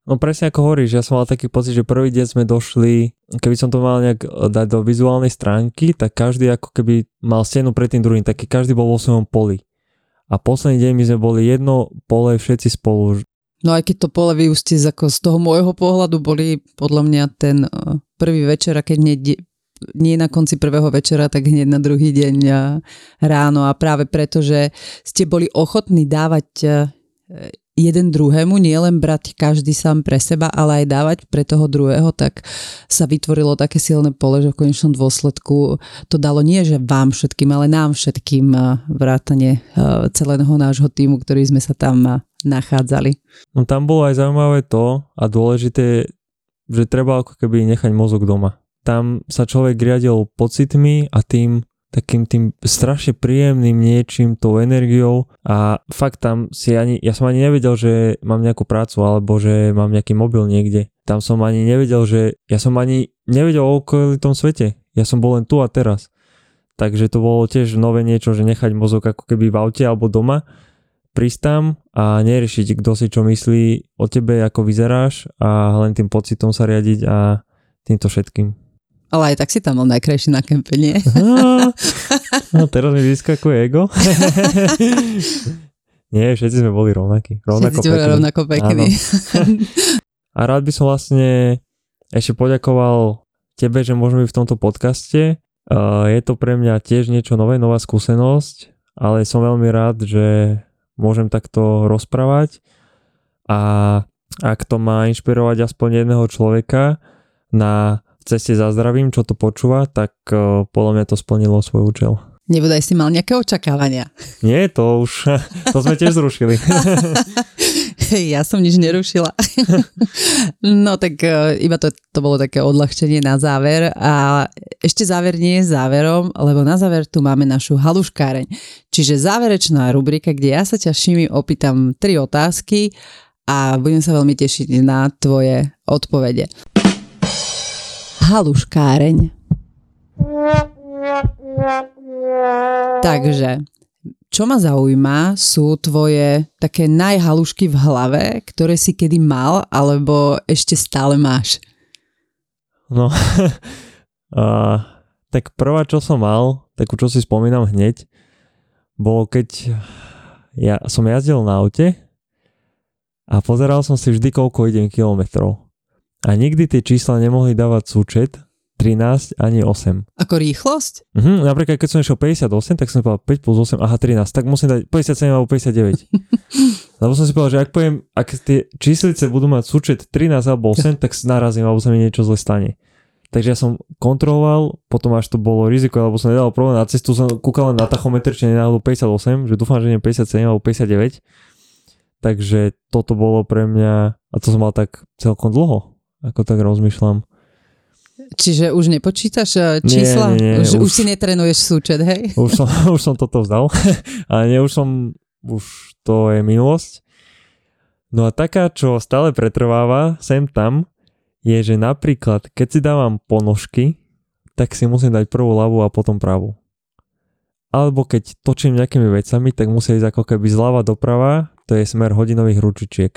No presne ako hovoríš, ja som mal taký pocit, že prvý deň sme došli, keby som to mal nejak dať do vizuálnej stránky, tak každý ako keby mal stenu pred tým druhým, taký každý bol vo svojom poli. A posledný deň my sme boli jedno pole všetci spolu. No aj keď to pole vyústi ako z toho môjho pohľadu boli podľa mňa ten prvý večer, a keď nie, nie na konci prvého večera, tak hneď na druhý deň ráno, a práve preto, že ste boli ochotní dávať jeden druhému, nie len brať každý sám pre seba, ale aj dávať pre toho druhého, tak sa vytvorilo také silné pole, že v konečnom dôsledku to dalo nie, že vám všetkým, ale nám všetkým vrátane celého nášho tímu, ktorý sme sa tam nachádzali. No tam bolo aj zaujímavé to a dôležité, že treba ako keby nechať mozog doma. Tam sa človek riadil pocitmi a tým takým tým strašne príjemným niečím, tou energiou, a fakt tam si ani, ja som ani nevedel, že mám nejakú prácu alebo že mám nejaký mobil niekde. Tam som ani nevedel, že ja som ani nevedel o okolitom svete. Ja som bol len tu a teraz. Takže to bolo tiež nové niečo, že nechať mozog ako keby v aute alebo doma, prísť tam a neriešiť, kto si čo myslí o tebe, ako vyzeráš, a len tým pocitom sa riadiť a týmto všetkým. Ale aj tak si tam mal najkrajší na kempe, nie? No teraz mi vyskakuje ego. Nie, všetci sme boli rovnakí. Rovnako všetci boli rovnako pekní. A rád by som vlastne ešte poďakoval tebe, že môžeme byť v tomto podcaste. Je to pre mňa tiež niečo nové, nová skúsenosť, ale som veľmi rád, že môžem takto rozprávať, a ak to má inšpirovať aspoň jedného človeka na ceste za zdravím, čo to počúva, tak uh, podľa mňa to splnilo svoj účel. Nebodaj si mal nejaké očakávania. Nie, to už, to sme tiež zrušili. Ja som nič nerušila. No tak uh, iba to, to bolo také odľahčenie na záver, a ešte záver nie je záverom, lebo na záver tu máme našu haluškáreň. Čiže záverečná rubrika, kde ja sa ťa, Šimi, opýtam tri otázky a budem sa veľmi tešiť na tvoje odpovede. Haluškáreň. Takže, čo ma zaujíma, sú tvoje také najhalušky v hlave, ktoré si kedy mal, alebo ešte stále máš? No, uh, tak prvá, čo som mal, takú, čo si spomínam hneď, bolo keď ja som jazdil na aute a pozeral som si vždy, koľko idem kilometrov. A nikdy tie čísla nemohli dávať súčet trinásť ani osem. Ako rýchlosť? Mhm, napríklad keď som išiel päťdesiatosem, tak som povedal päť plus osem, aha, trinásť, tak musím dať päťdesiatsedem alebo päťdesiatdeväť. Lebo som si povedal, že ak poviem, ak tie číslice budú mať súčet trinásť alebo osem, tak narazím, alebo sa mi niečo zle stane. Takže ja som kontroloval, potom až to bolo riziko, alebo som nedal problém, na cestu som kúkal len na tachometr, či nenáhodou päťdesiatosem, že dúfam, že nie päťdesiatsedem alebo päťdesiatdeväť. Takže toto bolo pre mňa, a to som mal tak celkom dlho, ako tak rozmýšľam. Čiže už nepočítaš čísla? Nie, nie, nie, už, už, už si netrenuješ súčet, hej? Už som, už som toto vzdal. Ale nie, už som, už to je minulosť. No a taká, čo stále pretrváva sem tam, je, že napríklad, keď si dávam ponožky, tak si musím dať prvú ľavú a potom pravú. Alebo keď točím nejakými vecami, tak musí ísť ako keby zľava doprava, to je smer hodinových ručičiek.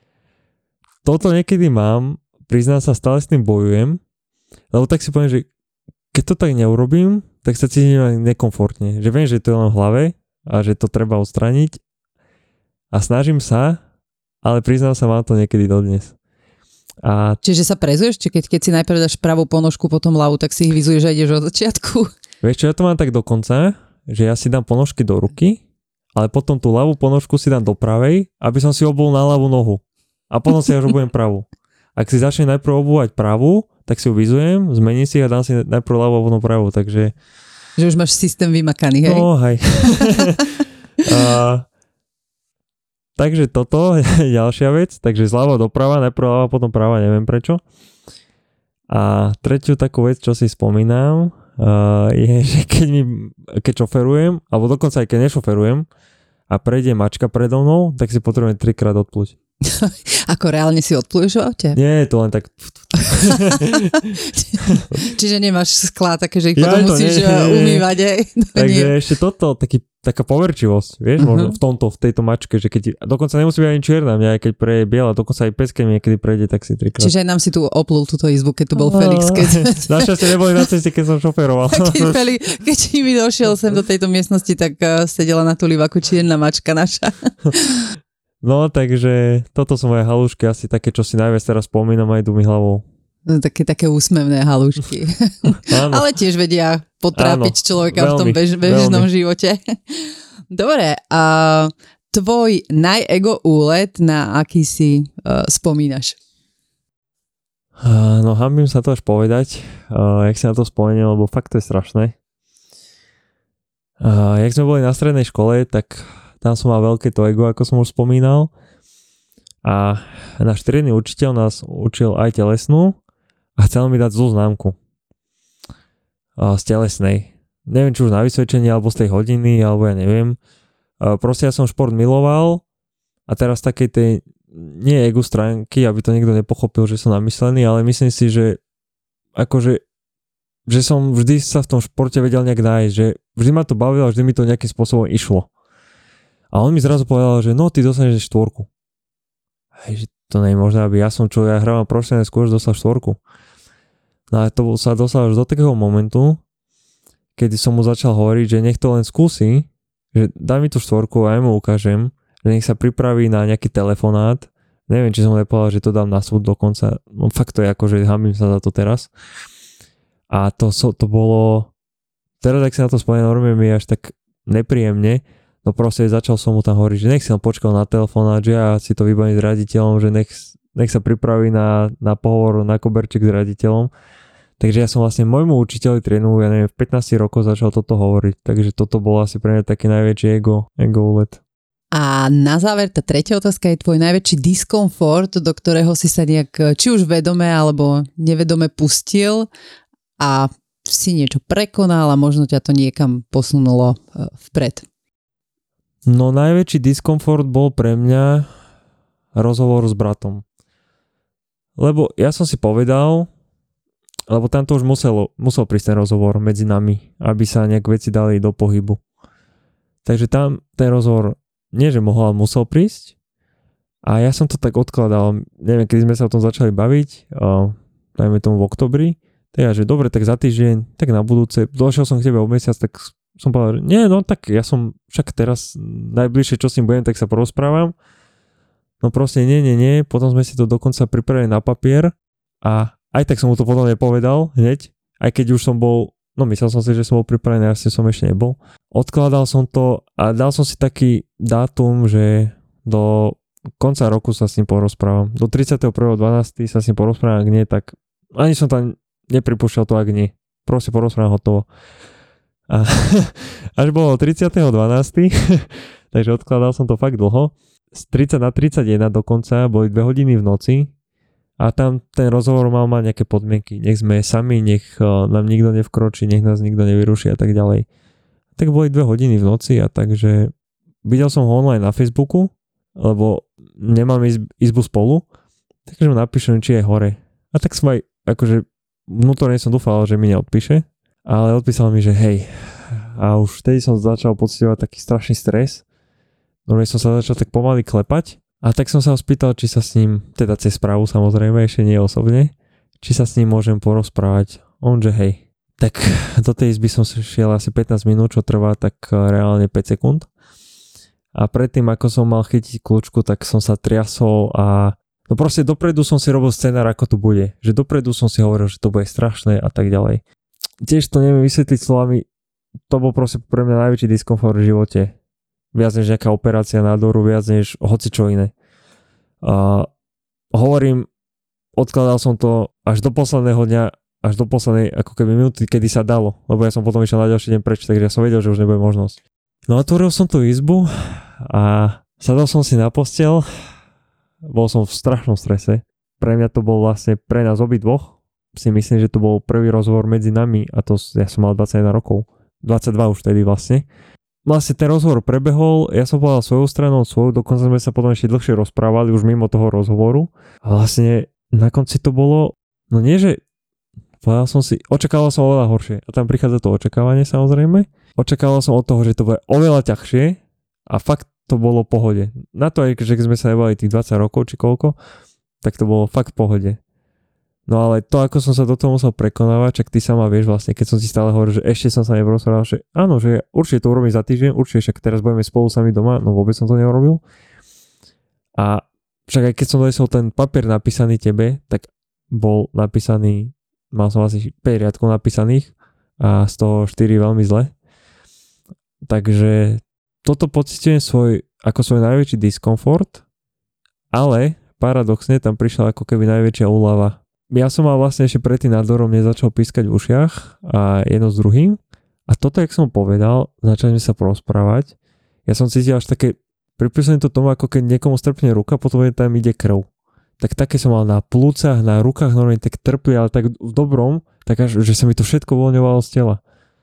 Toto niekedy mám, priznám sa, stále s tým bojujem, lebo tak si poviem, že keď to tak neurobím, tak sa cítim nekomfortne. Že viem, že to je len v hlave a že to treba odstrániť a snažím sa, ale priznám sa, mám to niekedy dodnes. A... Čiže sa prezuješ? Či keď, keď si najprv dáš pravú ponožku, potom ľavú, tak si ich vyzuješ a ideš od začiatku? Vieš čo, ja to mám tak dokonca, že ja si dám ponožky do ruky, ale potom tú ľavú ponožku si dám do pravej, aby som si obul na ľavú nohu. A potom si až obujem pravú. Ak si začne najprv obúvať pravú, tak si ju vyzujem, zmením si a dám si najprv ľavú a potom pravú, takže... Že už máš systém vymakaný, hej? No, hej. a, takže toto je ďalšia vec, takže zľava doprava, najprv ľava, potom prava, neviem prečo. A tretiu takú vec, čo si spomínam, uh, je, že keď, mi, keď šoferujem, alebo dokonca aj keď nešoferujem a prejde mačka predo mnou, tak si potrebujem trikrát odpluť. Ako reálne si odpluješ v aute? Nie, to len tak... Čiže nemáš sklá také, že ich Ja, potom to musíš nie, nie, nie. umývať. Aj. Takže ešte toto, taký, taká poverčivosť, vieš, uh-huh. možno v tomto, v tejto mačke, že keď, dokonca nemusí byť ani čierna, mňa aj keď preje biela, dokonca aj peska niekedy prejde, tak si trikrát. Čiže aj nám si tu oplul túto izbu, keď tu bol Felix. Keď... Našťastie neboli na ceste, keď som šoferoval. Keď, Felix, keď si mi došiel sem do tejto miestnosti, tak uh, sedela na tulivaku čierna mačka naša. No, takže toto sú moje halušky, asi také, čo si najviac teraz spomínam, aj idú mi hlavou. No, také, také úsmevné halušky. Ale tiež vedia potrápiť áno, človeka veľmi, v tom bež, bežnom veľmi. živote. Dobre, a tvoj najego úlet, na aký si uh, spomínaš? Uh, no, hambím sa to až povedať, uh, jak si na to spomínam, lebo fakt to je strašné. Uh, jak sme boli na strednej škole, tak tam som mal veľké to ego, ako som už spomínal. A náš triedny učiteľ nás učil aj telesnú a chcel mi dať zlú známku. Z telesnej. Neviem, či už na vysvedčenie, alebo z tej hodiny, alebo ja neviem. Proste ja som šport miloval a teraz takej tej, nie ego stránky, aby to niekto nepochopil, že som namyslený, ale myslím si, že akože že som vždy sa v tom športe vedel nejak nájsť, že vždy ma to bavilo a vždy mi to nejakým spôsobom išlo. A on mi zrazu povedal, že no, ty dostaneš štvorku. Hej, že to nie je možné, aby ja som čo, ja hrávam profesionálne skôr, dostal štvorku. No a to sa dostal až do takého momentu, kedy som mu začal hovoriť, že nech to len skúsi, že daj mi tú štvorku a ja mu ukážem, že nech sa pripraví na nejaký telefonát. Neviem, či som mu nepovedal, že to dám na súd dokonca. No fakt to je ako, že hambím sa za to teraz. A to, to bolo, teraz ak sa na to spomínam, normálne mi až tak nepríjemne. No proste začal som mu tam hovoriť, že nech si on počkal na telefonát, že ja si to vybavím s riaditeľom, že nech, nech sa pripraví na, na pohovor, na koberček s riaditeľom. Takže ja som vlastne môjmu učiteľi trénu, ja neviem, v pätnásť rokov začal toto hovoriť. Takže toto bol asi pre mňa taký najväčší ego, ego úlet. A na záver, tá tretia otázka je tvoj najväčší diskomfort, do ktorého si sa nejak, či už vedome alebo nevedome pustil a si niečo prekonal a možno ťa to niekam posunulo vpred. No najväčší diskomfort bol pre mňa rozhovor s bratom. Lebo ja som si povedal, lebo tam to už muselo, musel prísť ten rozhovor medzi nami, aby sa nejak veci dali do pohybu. Takže tam ten rozhovor nie, že mohol, ale musel prísť. A ja som to tak odkladal. Neviem, kedy sme sa o tom začali baviť, uh, dajme tomu v oktobri. Tak ja, že dobre, tak za týždeň, tak na budúce. Došiel som k tebe o mesiac, tak som povedal, že nie, no tak ja som však teraz najbližšie, čo s ním budem, tak sa porozprávam. No proste nie, nie, nie. Potom sme si to dokonca pripravili na papier a aj tak som mu to potom nepovedal hneď. Aj keď už som bol, no myslel som si, že som bol pripravený, ja som ešte nebol. Odkladal som to a dal som si taký dátum, že do konca roku sa s ním porozprávam. Do tridsiateho prvého decembra sa s ním porozprávam, ak nie, tak ani som tam nepripúšťal to, ak nie. Proste porozprávam hotovo. A až bolo tridsiateho decembra takže odkladal som to fakt dlho. Z tridsať na tridsaťjeden dokonca boli dve hodiny v noci a tam ten rozhovor mal mať nejaké podmienky. Nech sme sami, nech nám nikto nevkročí, nech nás nikto nevyruší a tak ďalej. Tak boli dve hodiny v noci a takže videl som ho online na Facebooku, lebo nemám izb- izbu spolu, takže mu napíšem, či je hore. A tak som aj, akože vnútorne som dúfal, že mi neodpíše, ale odpísal mi, že hej. A už vtedy som začal pociťovať taký strašný stres. Normálne som sa začal tak pomaly klepať. A tak som sa ho spýtal, či sa s ním, teda cez správu samozrejme, ešte nie osobne, či sa s ním môžem porozprávať. On, že hej. Tak do tej izby som šiel asi pätnásť minút, čo trvá tak reálne päť sekúnd. A predtým, ako som mal chytiť kľúčku, tak som sa triasol a no proste dopredu som si robil scenár, ako to bude. Že dopredu som si hovoril, že to bude strašné a tak ďalej. Tiež to neviem vysvetliť slovami, to bol proste pre mňa najväčší diskomfort v živote. Viac než nejaká operácia nádoru, viac než hoci čo iné. Uh, hovorím, odkladal som to až do posledného dňa, až do poslednej ako keby minúty, kedy sa dalo, lebo ja som potom išiel na ďalší deň preč, takže ja som vedel, že už nebude možnosť. No otvoril som tú izbu a sadol som si na posteľ, bol som v strašnom strese. Pre mňa to bol vlastne, pre nás obidvoch, si myslím, že to bol prvý rozhovor medzi nami a to ja som mal dvadsaťjeden rokov, dvadsaťdva už vtedy vlastne. Vlastne ten rozhovor prebehol, ja som povedal svojou stranou, svoju, dokonca sme sa potom ešte dlhšie rozprávali už mimo toho rozhovoru. A vlastne na konci to bolo, no nie, že povedal som si, očakával som oveľa horšie. A tam prichádza to očakávanie samozrejme. Očakával som od toho, že to bude oveľa ťažšie a fakt to bolo v pohode. Na to aj, že keď sme sa nebali tých dvadsať rokov či koľko, tak to bolo fakt v pohode. No ale to, ako som sa do toho musel prekonávať, čak ty sama vieš vlastne, keď som si stále hovoril, že ešte som sa neprosprával, že áno, že určite to urobím za týždeň, určite však teraz budeme spolu sami doma, no vôbec som to neurobil. A však aj keď som donesol ten papier napísaný tebe, tak bol napísaný, mal som asi päť riadkov napísaných a z toho štyri veľmi zle. Takže toto pocitujem svoj, ako svoj najväčší diskomfort, ale paradoxne tam prišla ako keby najväčšia úľava. Ja som mal vlastne ešte predtým nádorom nezačal pískať v ušiach a jedno s druhým. A toto, jak som povedal, začali sme sa porozprávať. Ja som cítil až také, pripísam to tomu, ako keď niekomu strpne ruka, potom tam ide krv. Tak také som mal na plúcach, na rukách, normálne tak trpli, ale tak v dobrom, tak až, že sa mi to všetko uvoľňovalo z tela.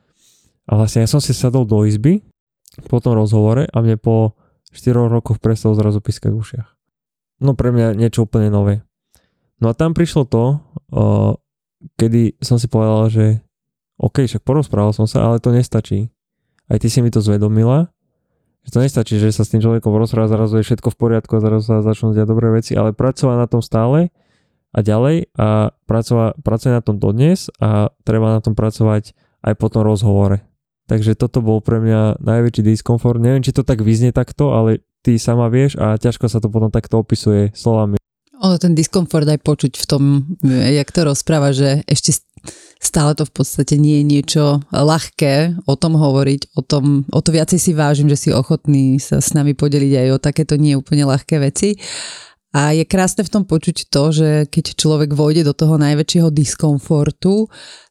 A vlastne ja som si sadol do izby po tom rozhovore a mne po štyroch rokoch prestal zrazu pískať v ušiach. No pre mňa niečo úplne nové. No a tam prišlo to, uh, kedy som si povedal, že OK, však porozprával som sa, ale to nestačí. Aj ty si mi to zvedomila, že to nestačí, že sa s tým človekom rozpráva, zrazu je všetko v poriadku a zrazu sa začnú diať dobré veci, ale pracovať na tom stále a ďalej a pracovať, pracovať na tom dodnes a treba na tom pracovať aj po tom rozhovore. Takže toto bol pre mňa najväčší diskomfort. Neviem, či to tak vyznie takto, ale ty sama vieš a ťažko sa to potom takto opisuje slovami. Ono ten diskomfort aj počuť v tom, jak to rozpráva, že ešte stále to v podstate nie je niečo ľahké o tom hovoriť, o tom, o to viacej si vážim, že si ochotný sa s nami podeliť aj o takéto nie úplne ľahké veci. A je krásne v tom počuť to, že keď človek vojde do toho najväčšieho diskomfortu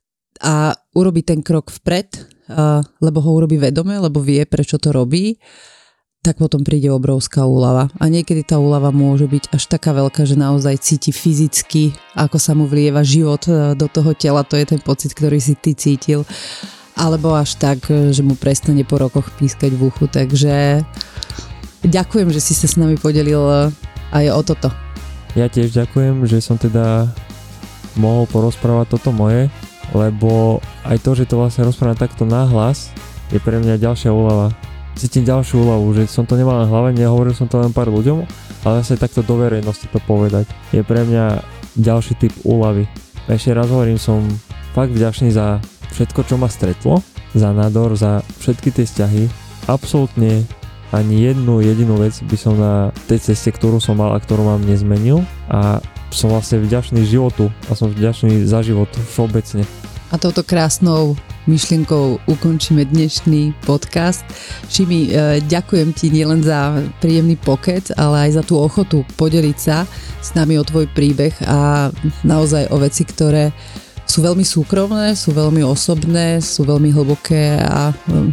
a urobí ten krok vpred, lebo ho urobí vedome, lebo vie, prečo to robí, tak potom príde obrovská úľava. A niekedy tá úľava môže byť až taká veľká, že naozaj cíti fyzicky, ako sa mu vlieva život do toho tela. To je ten pocit, ktorý si ty cítil. Alebo až tak, že mu prestane po rokoch pískať v uchu. Takže ďakujem, že si sa s nami podelil aj o toto. Ja tiež ďakujem, že som teda mohol porozprávať toto moje, lebo aj to, že to vlastne rozprávam takto nahlas, je pre mňa ďalšia úľava. Cítim ďalšiu úľavu, že som to nemal na hlave, nehovoril som to len pár ľuďom, ale zase takto do verejnosti to povedať. Je pre mňa ďalší typ úľavy. Ešte raz hovorím, som fakt vďačný za všetko, čo ma stretlo, za nádor, za všetky tie vzťahy. Absolútne ani jednu jedinú vec by som na tej ceste, ktorú som mal a ktorú mám, nezmenil. A som vlastne vďačný životu a som vďačný za život všeobecne. A touto krásnou myšlienkou ukončíme dnešný podcast. Šimi, ďakujem ti nielen za príjemný pokec, ale aj za tú ochotu podeliť sa s nami o tvoj príbeh a naozaj o veci, ktoré sú veľmi súkromné, sú veľmi osobné, sú veľmi hlboké a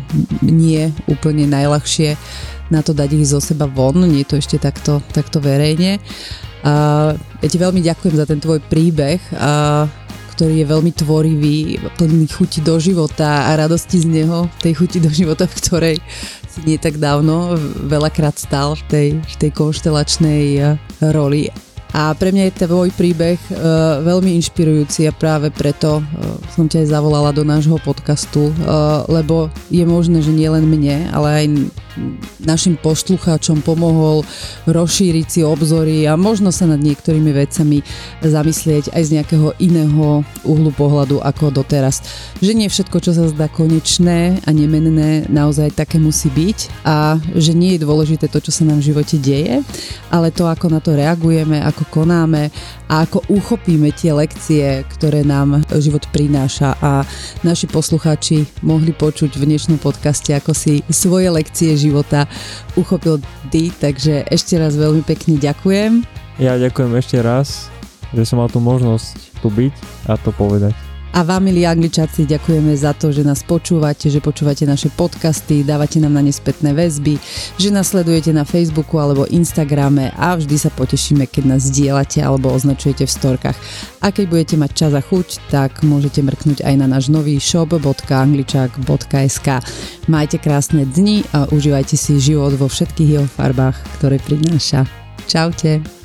nie úplne najľahšie na to dať ich zo seba von, nie je to ešte takto, takto verejne. A ja ti veľmi ďakujem za ten tvoj príbeh, a ktorý je veľmi tvorivý, plný chuti do života a radosti z neho, tej chuti do života, v ktorej si nie tak dávno veľakrát stál v tej, v tej konštelačnej roli. A pre mňa je tvoj príbeh uh, veľmi inšpirujúci a práve preto uh, som ťa aj zavolala do nášho podcastu, uh, lebo je možné, že nie len mne, ale aj našim poslucháčom pomohol rozšíriť si obzory a možno sa nad niektorými vecami zamyslieť aj z nejakého iného uhlu pohľadu ako doteraz. Že nie všetko, čo sa zdá konečné a nemenné, naozaj také musí byť a že nie je dôležité to, čo sa nám v živote deje, ale to, ako na to reagujeme, ako konáme a ako uchopíme tie lekcie, ktoré nám život prináša. A naši poslucháči mohli počuť v dnešnom podcaste, ako si svoje lekcie života uchopil ty, takže ešte raz veľmi pekne ďakujem. Ja ďakujem ešte raz, že som mal tú možnosť tu byť a to povedať. A vám, milí Angličáci, ďakujeme za to, že nás počúvate, že počúvate naše podcasty, dávate nám na ne spätné väzby, že nás sledujete na Facebooku alebo Instagrame a vždy sa potešíme, keď nás zdieľate alebo označujete v storkách. A keď budete mať čas a chuť, tak môžete mrknúť aj na náš nový shop bodka angličák bodka es ká. Majte krásne dni a užívajte si život vo všetkých jeho farbách, ktoré prináša. Čaute.